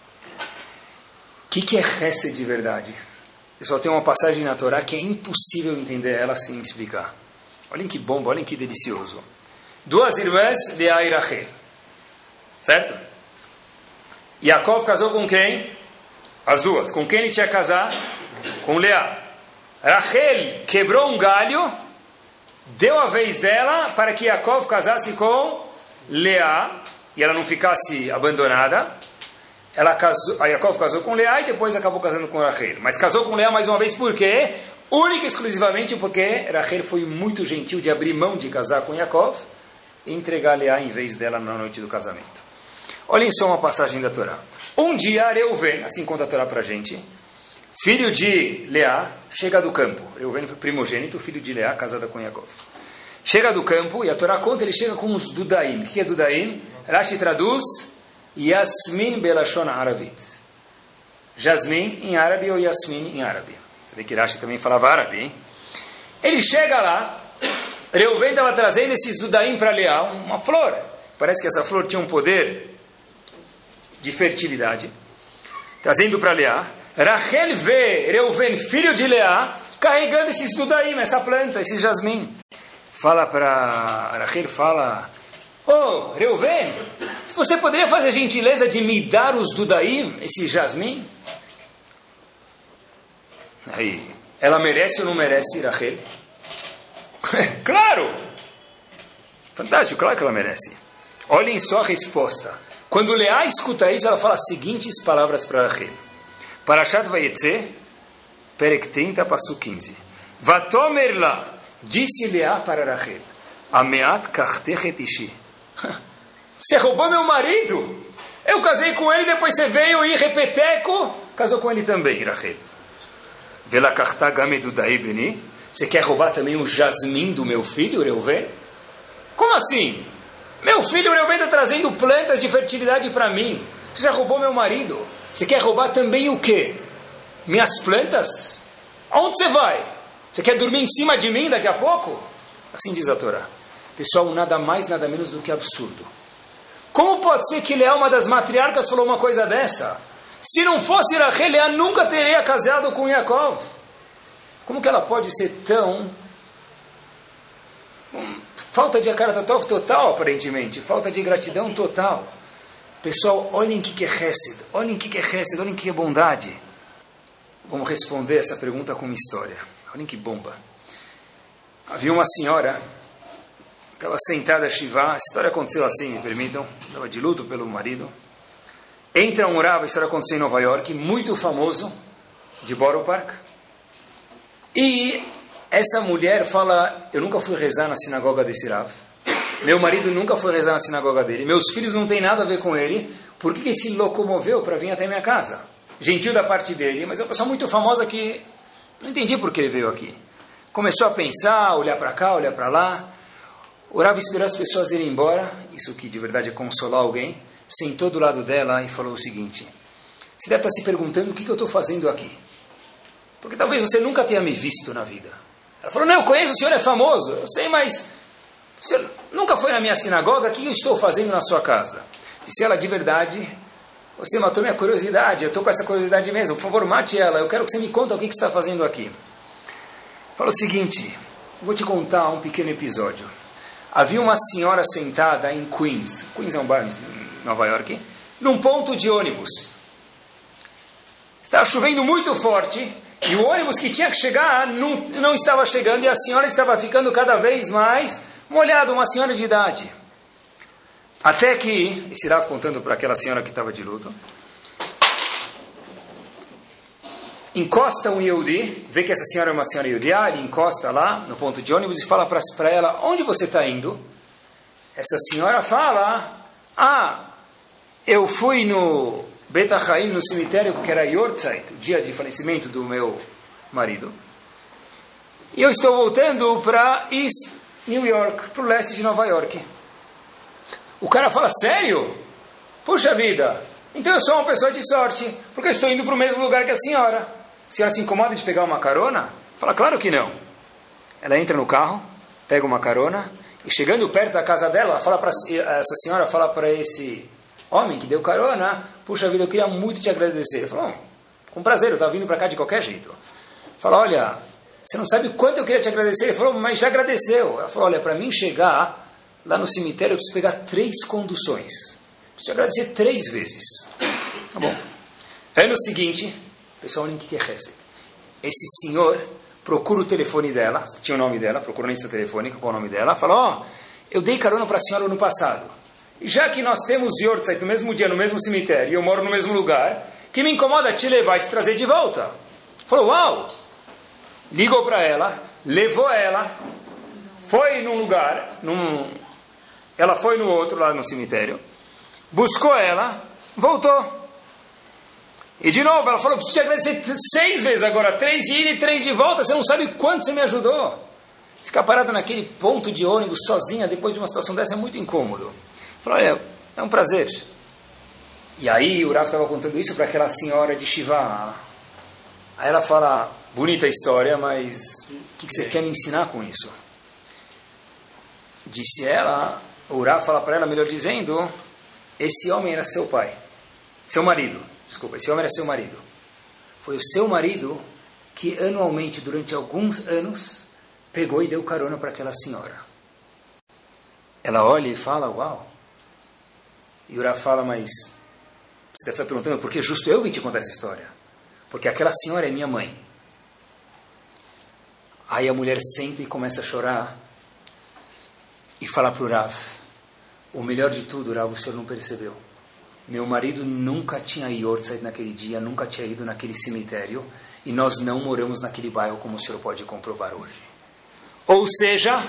O que é Hesed de verdade? Pessoal, tem uma passagem na Torá que é impossível entender ela sem explicar. Olhem que bomba, olhem que delicioso. Duas irmãs, Leá e Rachel. Certo? Yaakov casou com quem? As duas. Com quem ele tinha que casar? Com Leá. Rachel quebrou um galho, deu a vez dela para que Yaakov casasse com Leá e ela não ficasse abandonada. A Yaakov casou com Leá e depois acabou casando com Rachel. Mas casou com Leá mais uma vez por quê? Única e exclusivamente porque Rachel foi muito gentil de abrir mão de casar com Yaakov e entregar Leá em vez dela na noite do casamento. Olhem só uma passagem da Torá. Um dia Reuven, assim conta a Torá para a gente, filho de Leá, chega do campo. Reuven foi primogênito, filho de Leá, casada com Yaakov. Chega do campo e a Torá conta, ele chega com os Dudaim. O que é Dudaim? Rashi traduz Yasmin Belashon Aravit. Jasmin em árabe ou Yasmin em árabe. Você vê que Rashi também falava árabe, hein? Ele chega lá, Reuven estava trazendo esses Dudaim para Leá, uma flor. Parece que essa flor tinha um poder de fertilidade. Trazendo para Leá. Rachel vê Reuven, filho de Leá, carregando esses Dudaim, essa planta, esse jasmim. Fala para Rachel, ô, Reuven, se você poderia fazer a gentileza de me dar os Dudaim, esse jasmim? Aí, ela merece ou não merece, Rachel? Claro! Fantástico, claro que ela merece. Olhem só a resposta. Quando Leá escuta isso, ela fala as seguintes palavras para Rachel. Parashat Vayetze, Perek 30, passo 15. Vatomer la, disse Leá para Rachel, Ameat kachtechet ishi. Você roubou meu marido. Eu casei com ele, depois você veio e repeteco, casou com ele também, Rachel. Vela kachtah gamedu daí beni. Você quer roubar também o jasmim do meu filho, Reuven? Como assim? Meu filho Reuven está trazendo plantas de fertilidade para mim. Você já roubou meu marido. Você quer roubar também o quê? Minhas plantas? Aonde você vai? Você quer dormir em cima de mim daqui a pouco? Assim diz a Torá. Pessoal, nada mais, nada menos do que absurdo. Como pode ser que Leá, uma das matriarcas, falou uma coisa dessa? Se não fosse Rachel, Leá nunca teria casado com Yaakov. Como que ela pode ser tão... falta de akarat total, aparentemente. Falta de gratidão total. Pessoal, olhem o que é Hesed. Olhem o que é Hesed. Olhem o que é bondade. Vamos responder essa pergunta com uma história. Olhem que bomba. Havia uma senhora, estava sentada a Shivá. A história aconteceu assim, me permitam. Estava de luto pelo marido. Entra um Rav, a história aconteceu em Nova York, muito famoso, de Borough Park. E essa mulher fala, eu nunca fui rezar na sinagoga desse Rav. Meu marido nunca foi rezar na sinagoga dele. Meus filhos não têm nada a ver com ele. Por que ele se locomoveu para vir até minha casa? Gentil da parte dele, mas é uma pessoa muito famosa que não entendi por que ele veio aqui. Começou a pensar, olhar para cá, olhar para lá. O Rav esperou as pessoas irem embora. Isso que de verdade é consolar alguém. Sentou do lado dela e falou o seguinte. Você deve estar se perguntando o que eu estou fazendo aqui. Porque talvez você nunca tenha me visto na vida. Ela falou, não, eu conheço, o senhor é famoso. Eu sei, mas o senhor nunca foi na minha sinagoga, o que eu estou fazendo na sua casa? Disse ela, de verdade, você matou minha curiosidade, eu estou com essa curiosidade mesmo. Por favor, mate ela, eu quero que você me conte o que você está fazendo aqui. Falou o seguinte, vou te contar um pequeno episódio. Havia uma senhora sentada em Queens. Queens é um bairro em Nova York. Num ponto de ônibus. Estava chovendo muito forte. E o ônibus que tinha que chegar não estava chegando. E a senhora estava ficando cada vez mais molhada. Uma senhora de idade. Até que, esse Rav contando para aquela senhora que estava de luto. Encosta um Yehudi, vê que essa senhora é uma senhora Yehudiá, ele encosta lá no ponto de ônibus e fala para ela, onde você está indo? Essa senhora fala, eu fui no Bet HaChaim, no cemitério, porque era Yortzeit, o dia de falecimento do meu marido. E eu estou voltando para East New York, para o leste de Nova York. O cara fala, sério? Puxa vida, então eu sou uma pessoa de sorte, porque eu estou indo para o mesmo lugar que a senhora. A senhora se incomoda de pegar uma carona? Fala, claro que não. Ela entra no carro, pega uma carona, e chegando perto da casa dela, essa senhora fala para esse homem que deu carona, puxa vida, eu queria muito te agradecer. Ele falou, com prazer, eu estava vindo para cá de qualquer jeito. Fala, olha, você não sabe o quanto eu queria te agradecer? Ele falou, mas já agradeceu. Ela falou, olha, para mim chegar lá no cemitério, eu preciso pegar 3 conduções. Preciso te agradecer 3 vezes. Tá bom. Ano seguinte, pessoal, olhem o que é Hesed. Esse senhor procura o telefone dela, tinha o nome dela, procura na lista telefônica, qual é o nome dela, fala, eu dei carona para a senhora no passado. E já que nós temos Yortzeit no mesmo dia, no mesmo cemitério, e eu moro no mesmo lugar, que me incomoda te levar e te trazer de volta. Falou, uau! Ligou para ela, levou ela, foi num lugar, ela foi no outro, lá no cemitério, buscou ela, voltou. E de novo, ela falou, preciso te agradecer 6 vezes agora, 3 de ida e 3 de volta, você não sabe quanto você me ajudou. Ficar parada naquele ponto de ônibus sozinha, depois de uma situação dessa, é muito incômodo. Falou, olha, é um prazer. E aí o Rav estava contando isso para aquela senhora de Shivá. Aí ela fala, bonita história, mas o que você quer me ensinar com isso? Disse ela, o Rav fala para ela, melhor dizendo, esse homem era seu pai, seu marido. Desculpa, esse homem era seu marido. Foi o seu marido que anualmente, durante alguns anos, pegou e deu carona para aquela senhora. Ela olha e fala, uau. E o Rav fala, mas você deve estar perguntando por que justo eu vim te contar essa história. Porque aquela senhora é minha mãe. Aí a mulher senta e começa a chorar e fala para o Rav, o melhor de tudo, Rav, o senhor não percebeu. Meu marido nunca tinha yortzeit naquele dia, nunca tinha ido naquele cemitério, e nós não moramos naquele bairro, como o senhor pode comprovar hoje. Ou seja,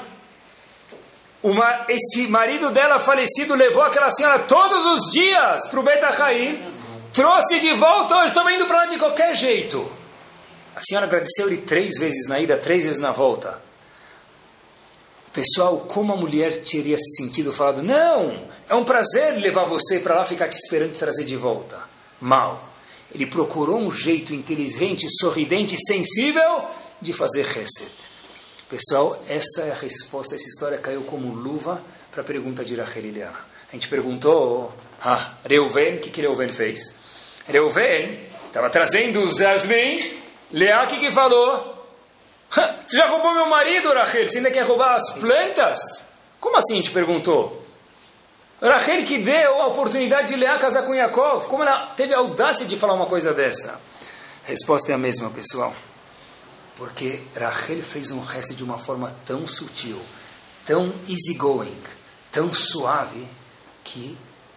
esse marido dela falecido levou aquela senhora todos os dias para o Beit HaChaim, trouxe de volta, hoje estou indo para lá de qualquer jeito. A senhora agradeceu-lhe 3 vezes na ida, 3 vezes na volta. Pessoal, como a mulher teria se sentido falado, não, é um prazer levar você para lá, ficar te esperando e trazer de volta. Mal. Ele procurou um jeito inteligente, sorridente e sensível de fazer chesed. Pessoal, essa é a resposta, essa história caiu como luva para a pergunta de Rachel e Leá. A gente perguntou, Reuven, o que Reuven fez? Reuven estava trazendo os Yasmin, Leá, o que falou? Você já roubou meu marido, Rachel? Você ainda quer roubar as plantas? Como assim, a gente perguntou? Rachel que deu a oportunidade de Leá casar com Yaakov. Como ela teve a audácia de falar uma coisa dessa? A resposta é a mesma, pessoal. Porque Rachel fez um chesed de uma forma tão sutil, tão easygoing, tão suave, que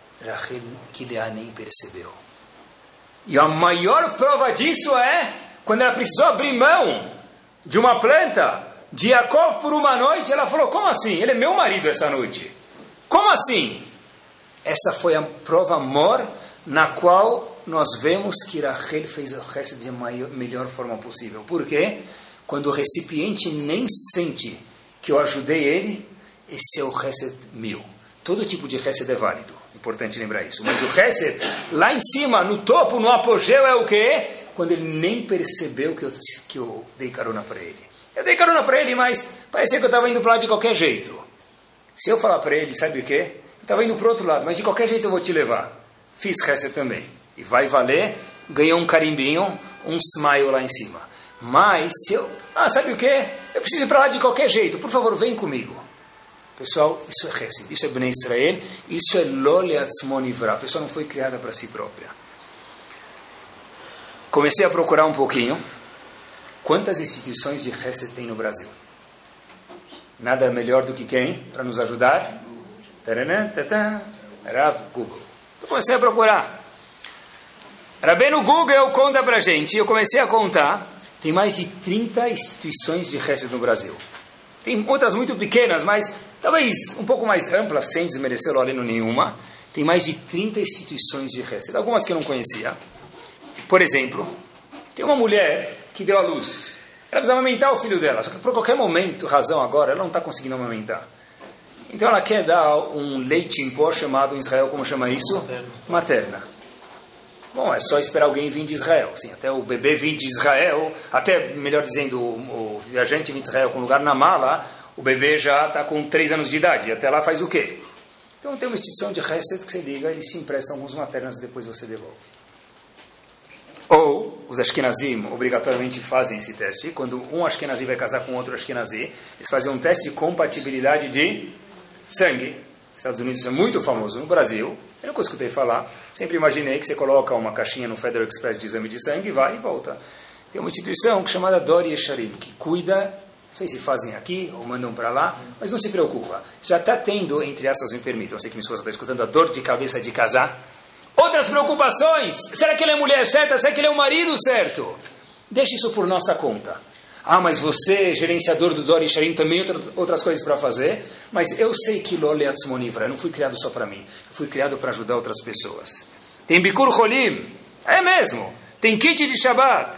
Leá nem percebeu. E a maior prova disso é quando ela precisou abrir mão de uma planta de Yaakov por uma noite. Ela falou, como assim? Ele é meu marido essa noite. Como assim? Essa foi a prova maior na qual nós vemos que Rachel fez o chesed da melhor forma possível. Por quê? Quando o recipiente nem sente que eu ajudei ele, esse é o chesed meu. Todo tipo de chesed é válido. Importante lembrar isso. Mas o chesed, lá em cima, no topo, no apogeu, é o quê? Quando ele nem percebeu que eu dei carona para ele. Eu dei carona para ele, mas parecia que eu estava indo para lá de qualquer jeito. Se eu falar para ele, sabe o quê? Eu estava indo para o outro lado, mas de qualquer jeito eu vou te levar. Fiz chesed também. E vai valer, ganhou um carimbinho, um smile lá em cima. Mas se eu... sabe o quê? Eu preciso ir para lá de qualquer jeito. Por favor, vem comigo. Pessoal, isso é chesed, isso é Bnei Israel, isso é lo leatzmo nivra. A pessoa não foi criada para si própria. Comecei a procurar um pouquinho. Quantas instituições de chesed tem no Brasil? Nada melhor do que quem? Para nos ajudar? Rav Google. Eu comecei a procurar. Rabbeinu Google conta para a gente, eu comecei a contar, tem mais de 30 instituições de chesed no Brasil. Tem outras muito pequenas, mas talvez um pouco mais amplas, sem desmerecer Loleno nenhuma. Tem mais de 30 instituições de chesed, algumas que eu não conhecia. Por exemplo, tem uma mulher que deu à luz. Ela precisa amamentar o filho dela, só que por qualquer razão agora, ela não está conseguindo amamentar. Então ela quer dar um leite em pó chamado em Israel, como chama isso? Materna. Bom, é só esperar alguém vir de Israel. Sim, até o bebê vir de Israel, até, melhor dizendo, o viajante vir de Israel com lugar na mala, o bebê já está com 3 anos de idade. E até lá faz o quê? Então tem uma instituição de chesed que você liga, eles te emprestam alguns maternas e depois você devolve. Ou, os Ashkenazim obrigatoriamente fazem esse teste. Quando um Ashkenazi vai casar com outro Ashkenazi, eles fazem um teste de compatibilidade de sangue. Nos Estados Unidos é muito famoso. No Brasil, eu nunca escutei falar. Sempre imaginei que você coloca uma caixinha no Federal Express de exame de sangue, vai e volta. Tem uma instituição chamada Dor Yesharim, que cuida, não sei se fazem aqui ou mandam para lá, mas não se preocupa. Já está tendo, entre essas, me permitam, eu sei que minha esposa está escutando, a dor de cabeça de casar. Outras preocupações. Será que ele é mulher certa? Será que ele é o marido certo? Deixe isso por nossa conta. Mas você, gerenciador do Dor Yesharim, também outras coisas para fazer. Mas eu sei que lo leatzmo nivra. Eu não fui criado só para mim. Eu fui criado para ajudar outras pessoas. Tem Bikur Cholim. É mesmo. Tem kit de Shabbat.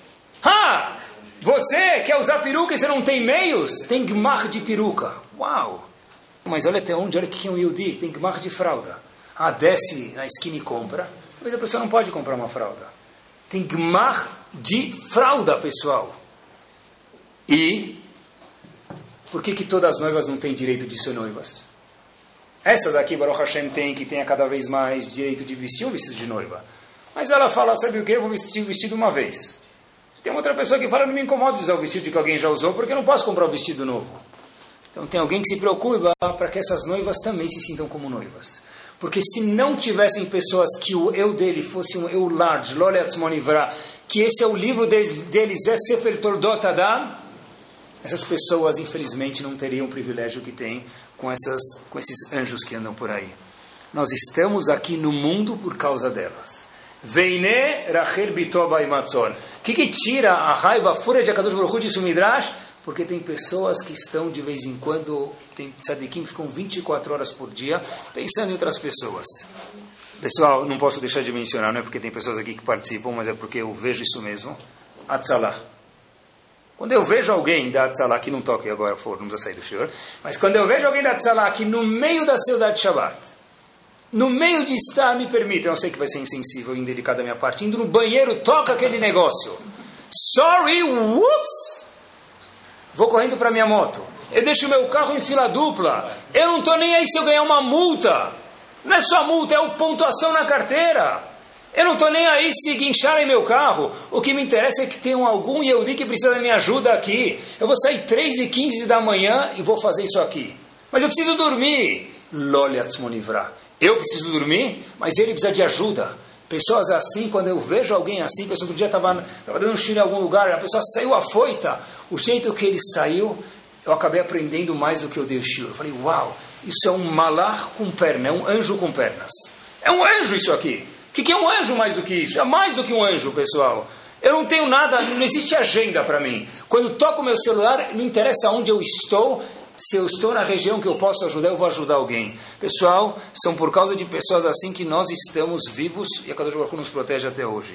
Você quer usar peruca e você não tem meios? Tem gmach de peruca. Uau. Mas olha até onde. Olha que é um Yehudi. Tem gmach de fralda. Desce na esquina e compra. Talvez a pessoa não pode comprar uma fralda. Tem gmach de fralda, pessoal. E por que todas as noivas não têm direito de ser noivas? Essa daqui, Baruch Hashem, que tenha cada vez mais direito de vestir um vestido de noiva. Mas ela fala, sabe o que? Eu vou vestir o vestido uma vez. Tem outra pessoa que fala, não me incomoda de usar o vestido que alguém já usou, porque eu não posso comprar um vestido novo. Então tem alguém que se preocupa para que essas noivas também se sintam como noivas. Porque se não tivessem pessoas que o eu dele fosse um eu large, lo leatzmo nivra, que esse é o livro deles, é Sefer Tordot Adam, essas pessoas, infelizmente, não teriam o privilégio que têm com esses anjos que andam por aí. Nós estamos aqui no mundo por causa delas. Veine Rachel bitoba imatzon. O que tira a raiva, a fúria de Akadosh Baruch Hu, disse o Midrash? Porque tem pessoas que estão, de vez em quando, tem tzadikim que ficam 24 horas por dia pensando em outras pessoas. Pessoal, não posso deixar de mencionar, não é porque tem pessoas aqui que participam, mas é porque eu vejo isso mesmo. Atzalá. Quando eu vejo alguém da Atzalá, que não toque agora, não precisa sair do senhor, mas quando eu vejo alguém da Atzalá aqui no meio da Seudat Shabbat, no meio de estar, me permita, eu sei que vai ser insensível e indelicado da minha parte, indo no banheiro, toca aquele negócio. Sorry, whoops! Vou correndo para minha moto. Eu deixo o meu carro em fila dupla. Eu não estou nem aí se eu ganhar uma multa. Não é só multa, é pontuação na carteira. Eu não estou nem aí se guincharem meu carro. O que me interessa é que tenham algum Yehudi que precisa da minha ajuda aqui. Eu vou sair 3h15 da manhã e vou fazer isso aqui. Mas eu preciso dormir. Eu preciso dormir, mas ele precisa de ajuda. Pessoas assim, quando eu vejo alguém assim, pessoa outro dia estava dando um tiro em algum lugar, a pessoa saiu afoita, o jeito que ele saiu, eu acabei aprendendo mais do que eu dei o tiro. Eu falei, uau, isso é um malach com perna, é um anjo com pernas. É um anjo isso aqui. O que é um anjo mais do que isso? É mais do que um anjo, pessoal. Eu não tenho nada, não existe agenda para mim. Quando toco o meu celular, não interessa onde eu estou. Se eu estou na região que eu posso ajudar, eu vou ajudar alguém. Pessoal, são por causa de pessoas assim que nós estamos vivos e a Kadosh Baruch Hu nos protege até hoje.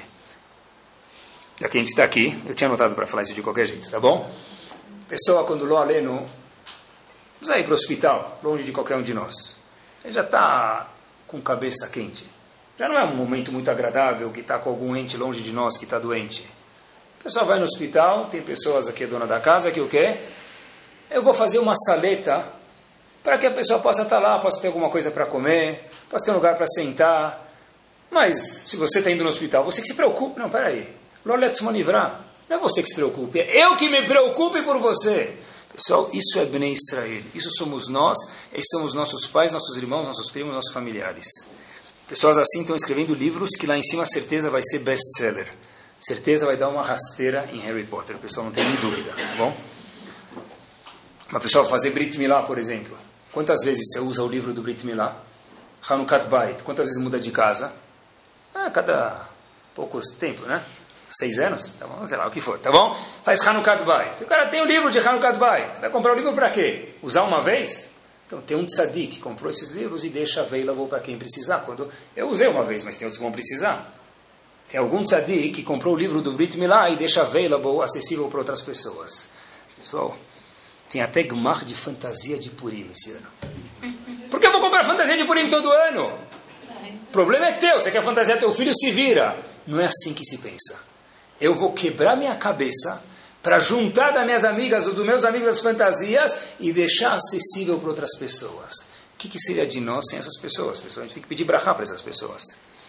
Já que a gente está aqui, eu tinha anotado para falar isso de qualquer jeito, tá bom? Pessoa, quando Lo Aleno, precisa ir para o hospital, longe de qualquer um de nós. Ele já está com cabeça quente. Já não é um momento muito agradável que está com algum ente longe de nós que está doente. A pessoa vai no hospital, tem pessoas aqui, a dona da casa, que o quê? Eu vou fazer uma saleta para que a pessoa possa estar lá, possa ter alguma coisa para comer, possa ter um lugar para sentar. Mas, se você está indo no hospital, você que se preocupe. Não, peraí. Loletz manivrar. Não é você que se preocupe, é eu que me preocupe por você. Pessoal, isso é Bnei Israel. Isso somos nós, esses são os nossos pais, nossos irmãos, nossos primos, nossos familiares. Pessoas assim estão escrevendo livros que lá em cima, certeza, vai ser best-seller. Certeza vai dar uma rasteira em Harry Potter. O pessoal não tem nem dúvida, tá bom? Uma pessoa fazer Brit Milá, por exemplo. Quantas vezes você usa o livro do Brit Milá? Hanukat Bait. Quantas vezes muda de casa? Cada pouco tempo, né? 6 anos? Tá bom? Sei lá, o que for, tá bom? Faz Hanukat Bait. O cara tem o livro de Hanukat Bait. Vai comprar o livro para quê? Usar uma vez? Então tem um tzadik que comprou esses livros e deixa available para quem precisar. Quando eu usei uma vez, mas tem outros que vão precisar. Tem algum tzadik que comprou o livro do Brit Milá e deixa available, acessível para outras pessoas. Pessoal, tem até Gmar de fantasia de Purim esse ano. Por que eu vou comprar fantasia de Purim todo ano? O problema é teu. Você quer fantasia, teu filho se vira. Não é assim que se pensa. Eu vou quebrar minha cabeça para juntar das minhas amigas ou dos meus amigos as fantasias e deixar acessível para outras pessoas. O que seria de nós sem essas pessoas? A gente tem que pedir brachá para essas pessoas.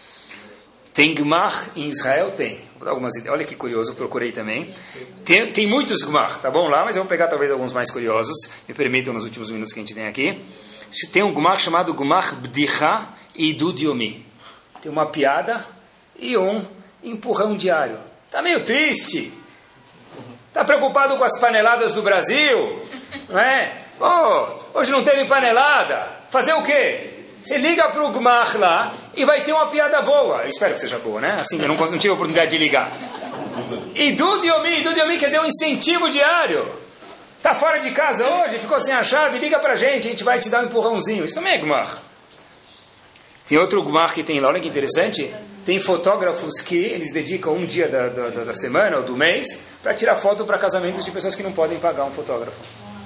Tem Gmar em Israel? Tem. Vou dar algumas ideias. Olha que curioso, eu procurei também. Tem muitos Gmar, tá bom lá? Mas eu vou pegar talvez alguns mais curiosos. Me permitam nos últimos minutos que a gente tem aqui. Tem um Gmar chamado Gmar Bdicha e Idud Yomi. Tem uma piada e um empurrão diário. Tá meio triste. Tá preocupado com as paneladas do Brasil? Não é? Hoje não teve panelada. Fazer o quê? Você liga para o Gmar lá e vai ter uma piada boa. Eu espero que seja boa, né? Assim, eu não tive a oportunidade de ligar. Idud Yomi quer dizer um incentivo diário. Tá fora de casa hoje, ficou sem a chave, liga para a gente vai te dar um empurrãozinho. Isso também é Gmar. Tem outro Gmar que tem lá, olha que interessante. Tem fotógrafos que eles dedicam um dia da semana ou do mês para tirar foto para casamentos de pessoas que não podem pagar um fotógrafo.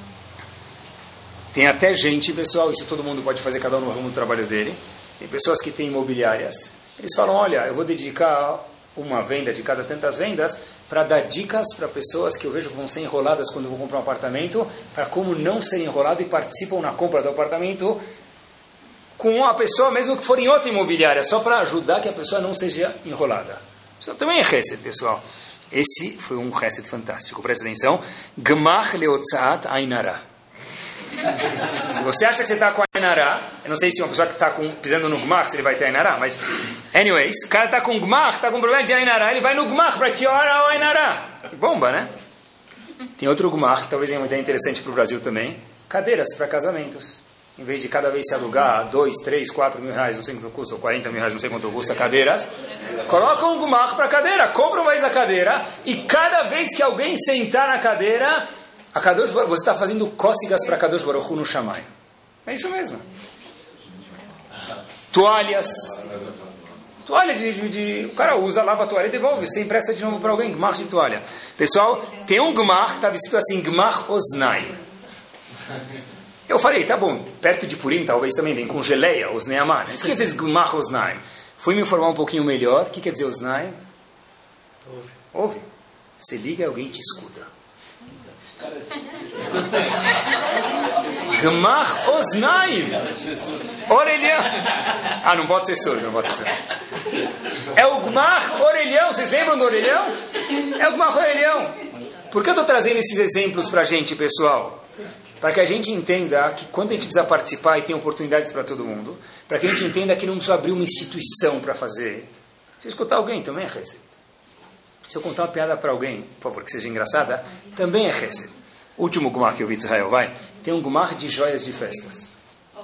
Tem até gente, pessoal, isso todo mundo pode fazer, cada um no ramo do trabalho dele. Tem pessoas que têm imobiliárias. Eles falam, olha, eu vou dedicar uma venda de cada tantas vendas para dar dicas para pessoas que eu vejo que vão ser enroladas quando vão comprar um apartamento, para como não ser enrolado e participam na compra do apartamento com a pessoa, mesmo que for em outra imobiliária, só para ajudar que a pessoa não seja enrolada. Isso também é chesed, pessoal. Esse foi um chesed fantástico. Presta atenção. Gmar leotzaat ainara. Se você acha que você está com ainara, eu não sei se uma pessoa que está pisando no Gmar, se ele vai ter ainara, mas anyways, o cara está com Gmar, está com problema de ainara, ele vai no Gmar para tirar o ainara. Que bomba, né? Tem outro Gumar, que talvez tenha uma ideia interessante para o Brasil também. Cadeiras para casamentos. Em vez de cada vez se alugar 2, 3, 4 mil reais, não sei quanto custa, ou 40 mil reais, não sei quanto custa cadeiras, coloca um Gumar para cadeira, compra mais a cadeira, e cada vez que alguém sentar na cadeira, você está fazendo cócegas para Kadosh Baruch Hu no Shammai. É isso mesmo. Toalha o cara usa, lava a toalha e devolve. Você empresta de novo para alguém, Gmar de toalha. Pessoal, tem um Gmar que está escrito assim, Gmar Oznaim. Eu falei, tá bom, perto de Purim talvez também vem com geleia, Osneamar. Isso quer dizer Gmar Oznaim. Fui me informar um pouquinho melhor. O que quer dizer Oznaim? Ouve. Você liga e alguém te escuta. Gmar Oznaim. Orelhão. Ah, não pode ser surdo, não pode ser surdo. É o Gmar Orelhão. Vocês lembram do orelhão? É o Gmar Orelhão. Por que eu estou trazendo esses exemplos para a gente, pessoal? Para que a gente entenda que quando a gente precisa participar e tem oportunidades para todo mundo, para que a gente entenda que não precisa abrir uma instituição para fazer. Se eu escutar alguém, também é Hesed. Se eu contar uma piada para alguém, por favor, que seja engraçada, também é Hesed. Último Gumar que eu vi de Israel, vai. Tem um Gumar de joias de festas.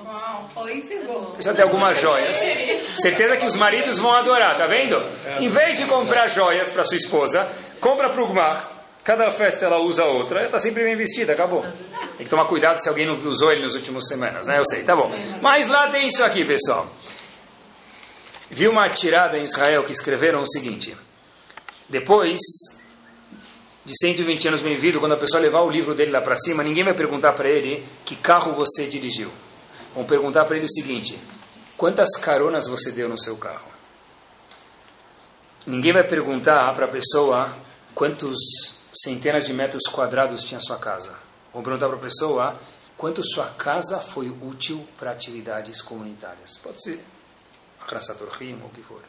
Pessoal, tem algumas joias. Certeza que os maridos vão adorar, tá vendo? Em vez de comprar joias para sua esposa, compra para o Gumar. Cada festa ela usa outra, ela está sempre bem vestida, acabou. Tem que tomar cuidado se alguém não usou ele nas últimas semanas, né? Eu sei, tá bom. Mas lá tem isso aqui, pessoal. Vi uma tirada em Israel que escreveram o seguinte: depois de 120 anos bem-vindo, quando a pessoa levar o livro dele lá para cima, ninguém vai perguntar para ele que carro você dirigiu. Vão perguntar para ele o seguinte: quantas caronas você deu no seu carro? Ninguém vai perguntar para a pessoa quantos centenas de metros quadrados tinha sua casa. Vão perguntar para a pessoa quanto sua casa foi útil para atividades comunitárias. Pode ser Akrasator Rim ou o que for.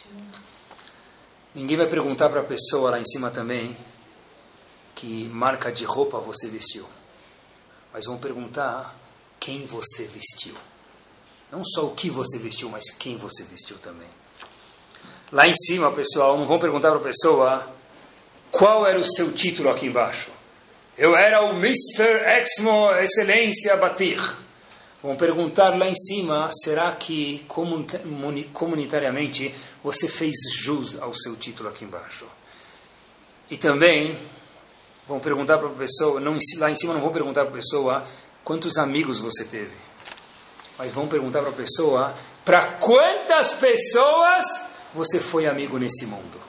Ninguém vai perguntar para a pessoa lá em cima também que marca de roupa você vestiu. Mas vão perguntar quem você vestiu. Não só o que você vestiu, mas quem você vestiu também. Lá em cima, pessoal, não vão perguntar para a pessoa qual era o seu título aqui embaixo. Eu era o Mr. Exmo Excelência Batir. Vão perguntar lá em cima, será que comunitariamente você fez jus ao seu título aqui embaixo? E também vão perguntar para a pessoa, lá em cima não vão perguntar para a pessoa quantos amigos você teve. Mas vão perguntar para a pessoa para quantas pessoas você foi amigo nesse mundo.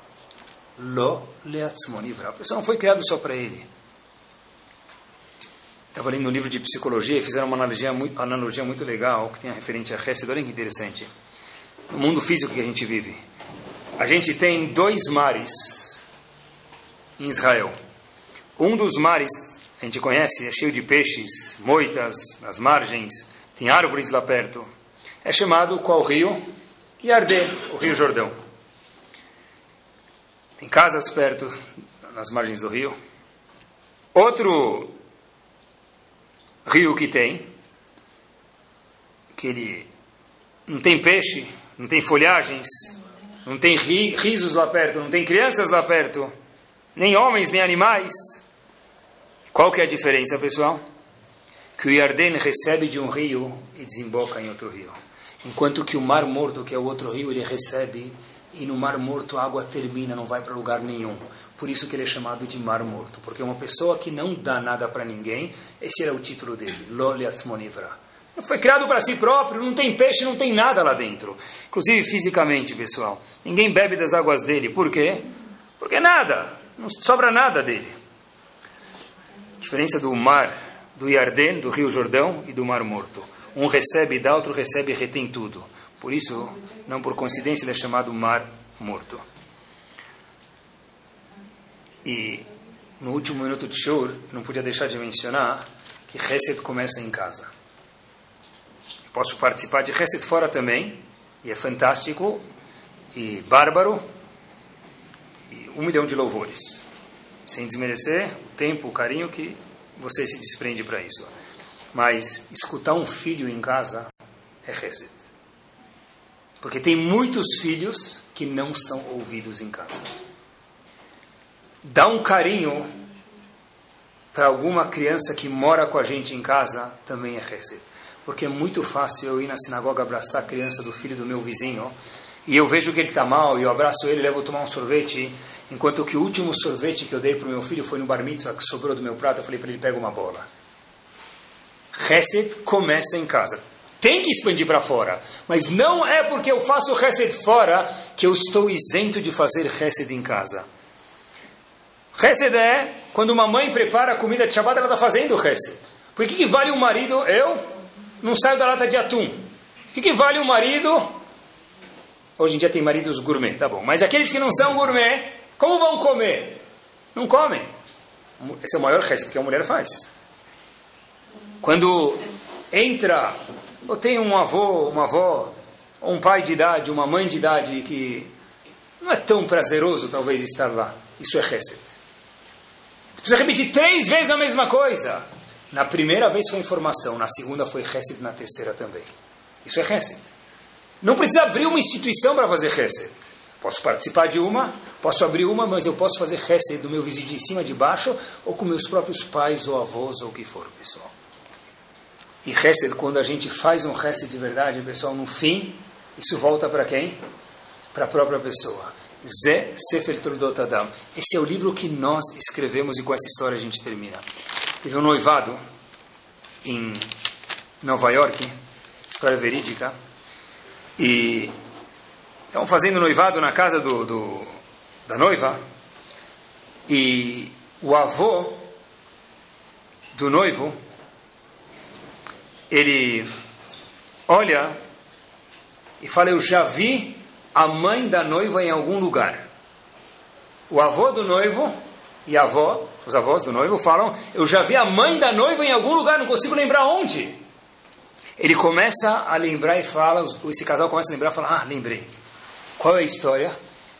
Lo leatzmonivra. A pessoa não foi criada só para ele. Estava lendo um livro de psicologia e fizeram uma analogia muito legal que tem a referente a Hesed. Olha que interessante. No mundo físico que a gente vive, a gente tem 2 mares em Israel. Um dos mares, a gente conhece, é cheio de peixes, moitas nas margens, tem árvores lá perto. É chamado qual rio? Yardé, o Rio Jordão. Tem casas perto, nas margens do rio. Outro rio que ele não tem peixe, não tem folhagens, não tem risos lá perto, não tem crianças lá perto, nem homens, nem animais. Qual que é a diferença, pessoal? Que o Yarden recebe de um rio e desemboca em outro rio. Enquanto que o Mar Morto, que é o outro rio, ele recebe e no Mar Morto a água termina, não vai para lugar nenhum. Por isso que ele é chamado de Mar Morto. Porque uma pessoa que não dá nada para ninguém, esse era o título dele, Lo Leatzmonivra. Não foi criado para si próprio, não tem peixe, não tem nada lá dentro. Inclusive fisicamente, pessoal. Ninguém bebe das águas dele. Por quê? Porque nada, não sobra nada dele. A diferença do mar, do Yarden, do Rio Jordão e do Mar Morto. Um recebe e dá, outro recebe e retém tudo. Por isso, não por coincidência, ele é chamado Mar Morto. E no último minuto de Shur, não podia deixar de mencionar que Hesed começa em casa. Posso participar de Hesed fora também, e é fantástico, e bárbaro, e 1 milhão de louvores. Sem desmerecer o tempo, o carinho que você se desprende para isso. Mas escutar um filho em casa é Hesed. Porque tem muitos filhos que não são ouvidos em casa. Dá um carinho para alguma criança que mora com a gente em casa, também é chesed. Porque é muito fácil eu ir na sinagoga abraçar a criança do filho do meu vizinho, e eu vejo que ele está mal, e eu abraço ele, levo tomar um sorvete, enquanto que o último sorvete que eu dei para o meu filho foi no bar mitzvah, que sobrou do meu prato, eu falei para ele, pega uma bola. Chesed começa em casa. Tem que expandir para fora, mas não é porque eu faço chesed fora que eu estou isento de fazer chesed em casa. Chesed é quando uma mãe prepara a comida de Shabbat, ela está fazendo chesed. Por que vale um marido? Eu não saio da lata de atum. O que vale um marido? Hoje em dia tem maridos gourmet, tá bom. Mas aqueles que não são gourmet, como vão comer? Não comem. Esse é o maior chesed que a mulher faz. Quando entra, eu tenho um avô, uma avó, um pai de idade, uma mãe de idade que não é tão prazeroso talvez estar lá. Isso é chesed. Precisa repetir 3 vezes a mesma coisa. Na primeira vez foi informação, na segunda foi chesed, na terceira também. Isso é chesed. Não precisa abrir uma instituição para fazer chesed. Posso participar de uma, posso abrir uma, mas eu posso fazer chesed do meu vizinho de cima, de baixo, ou com meus próprios pais ou avós, ou o que for, pessoal. E chesed, quando a gente faz um chesed de verdade, pessoal, no fim, isso volta para quem? Para a própria pessoa. Ze Sefer Toldot Adam. Esse é o livro que nós escrevemos e com essa história a gente termina. Teve um noivado em Nova York, história verídica, e estavam fazendo noivado na casa da noiva, e o avô do noivo, ele olha e fala, eu já vi a mãe da noiva em algum lugar. O avô do noivo e a avó, os avós do noivo falam, eu já vi a mãe da noiva em algum lugar, não consigo lembrar onde. Ele começa a lembrar e fala, esse casal começa a lembrar e fala, lembrei. Qual é a história?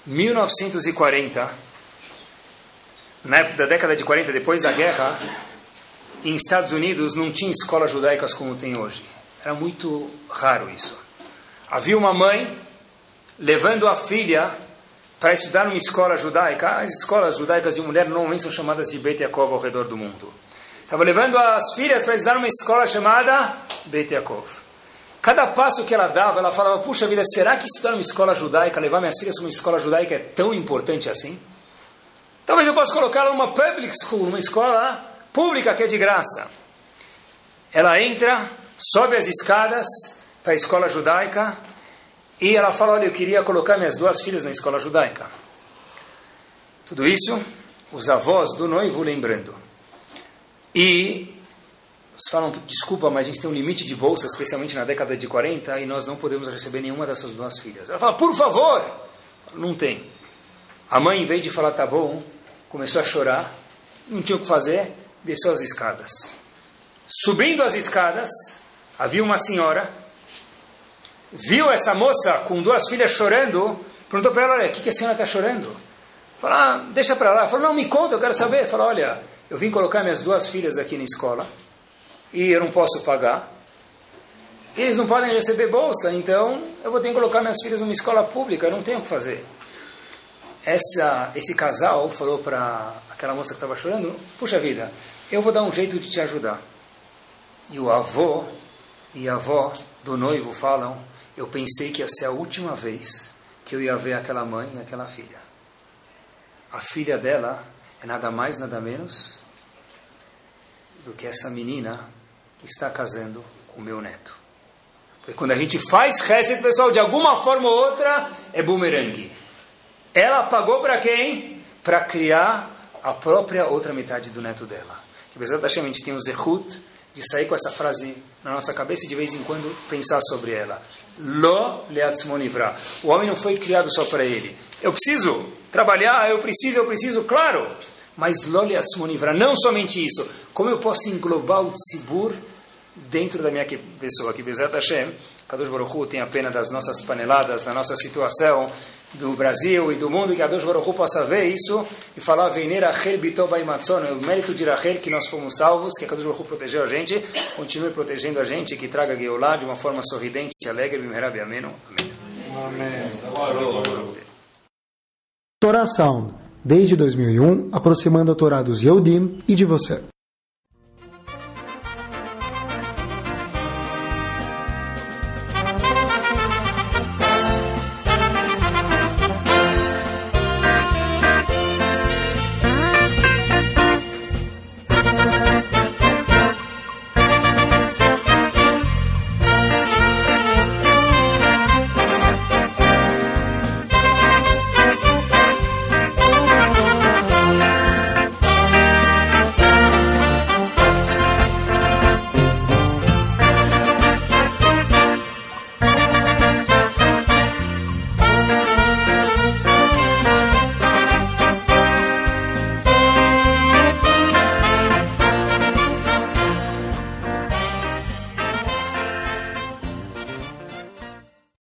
1940, na época da década de 40, depois da guerra, em Estados Unidos não tinha escolas judaicas como tem hoje. Era muito raro isso. Havia uma mãe levando a filha para estudar numa escola judaica. As escolas judaicas de mulher normalmente são chamadas de Beit Yaakov ao redor do mundo. Estava levando as filhas para estudar numa escola chamada Beit Yaakov. Cada passo que ela dava, ela falava, puxa vida, será que estudar numa escola judaica, levar minhas filhas para uma escola judaica é tão importante assim? Talvez eu possa colocá-la numa public school, uma escola pública que é de graça. Ela entra, sobe as escadas para a escola judaica e ela fala, olha, eu queria colocar minhas 2 filhas na escola judaica. Tudo isso, os avós do noivo lembrando. E eles falam, desculpa, mas a gente tem um limite de bolsa, especialmente na década de 40, e nós não podemos receber nenhuma dessas 2 filhas. Ela fala, por favor! Não tem. A mãe, em vez de falar, tá bom, começou a chorar, não tinha o que fazer, desceu as escadas. Subindo as escadas, havia uma senhora, viu essa moça com 2 filhas chorando, perguntou para ela, olha, o que a senhora está chorando? Fala, deixa para lá. Ela falou, não, me conta, eu quero saber. Fala, olha, eu vim colocar minhas 2 filhas aqui na escola, e eu não posso pagar, eles não podem receber bolsa, então eu vou ter que colocar minhas filhas numa escola pública, eu não tenho o que fazer. Esse casal falou para aquela moça que estava chorando, puxa vida, eu vou dar um jeito de te ajudar. E o avô e a avó do noivo falam, eu pensei que ia ser a última vez que eu ia ver aquela mãe e aquela filha. A filha dela é nada mais, nada menos do que essa menina que está casando com o meu neto. Porque quando a gente faz chesed, pessoal, de alguma forma ou outra, é bumerangue. Ela pagou para quem? Para criar a própria outra metade do neto dela. Que apesar da gente tem o zehut de sair com essa frase na nossa cabeça e de vez em quando pensar sobre ela. Lo leatzmo nivra. O homem não foi criado só para ele. Eu preciso trabalhar, eu preciso, claro. Mas lo leatzmo nivra. Não somente isso. Como eu posso englobar o tzibur dentro da minha pessoa? Que Bezat Hashem, Kadosh Baruch Hu tem a pena das nossas paneladas, da nossa situação do Brasil e do mundo, e que Kadosh Baruch Hu possa ver isso e falar, Veiner Rachel Bitov Vaimatzon, é o mérito de Rachel que nós fomos salvos, que Kadosh Baruch Hu protegeu a gente, continue protegendo a gente, que traga Geulah de uma forma sorridente e alegre, Bimherá Biamenu. Amém. Torá Sound, desde 2001, aproximando a Torá dos Yehudim e de você.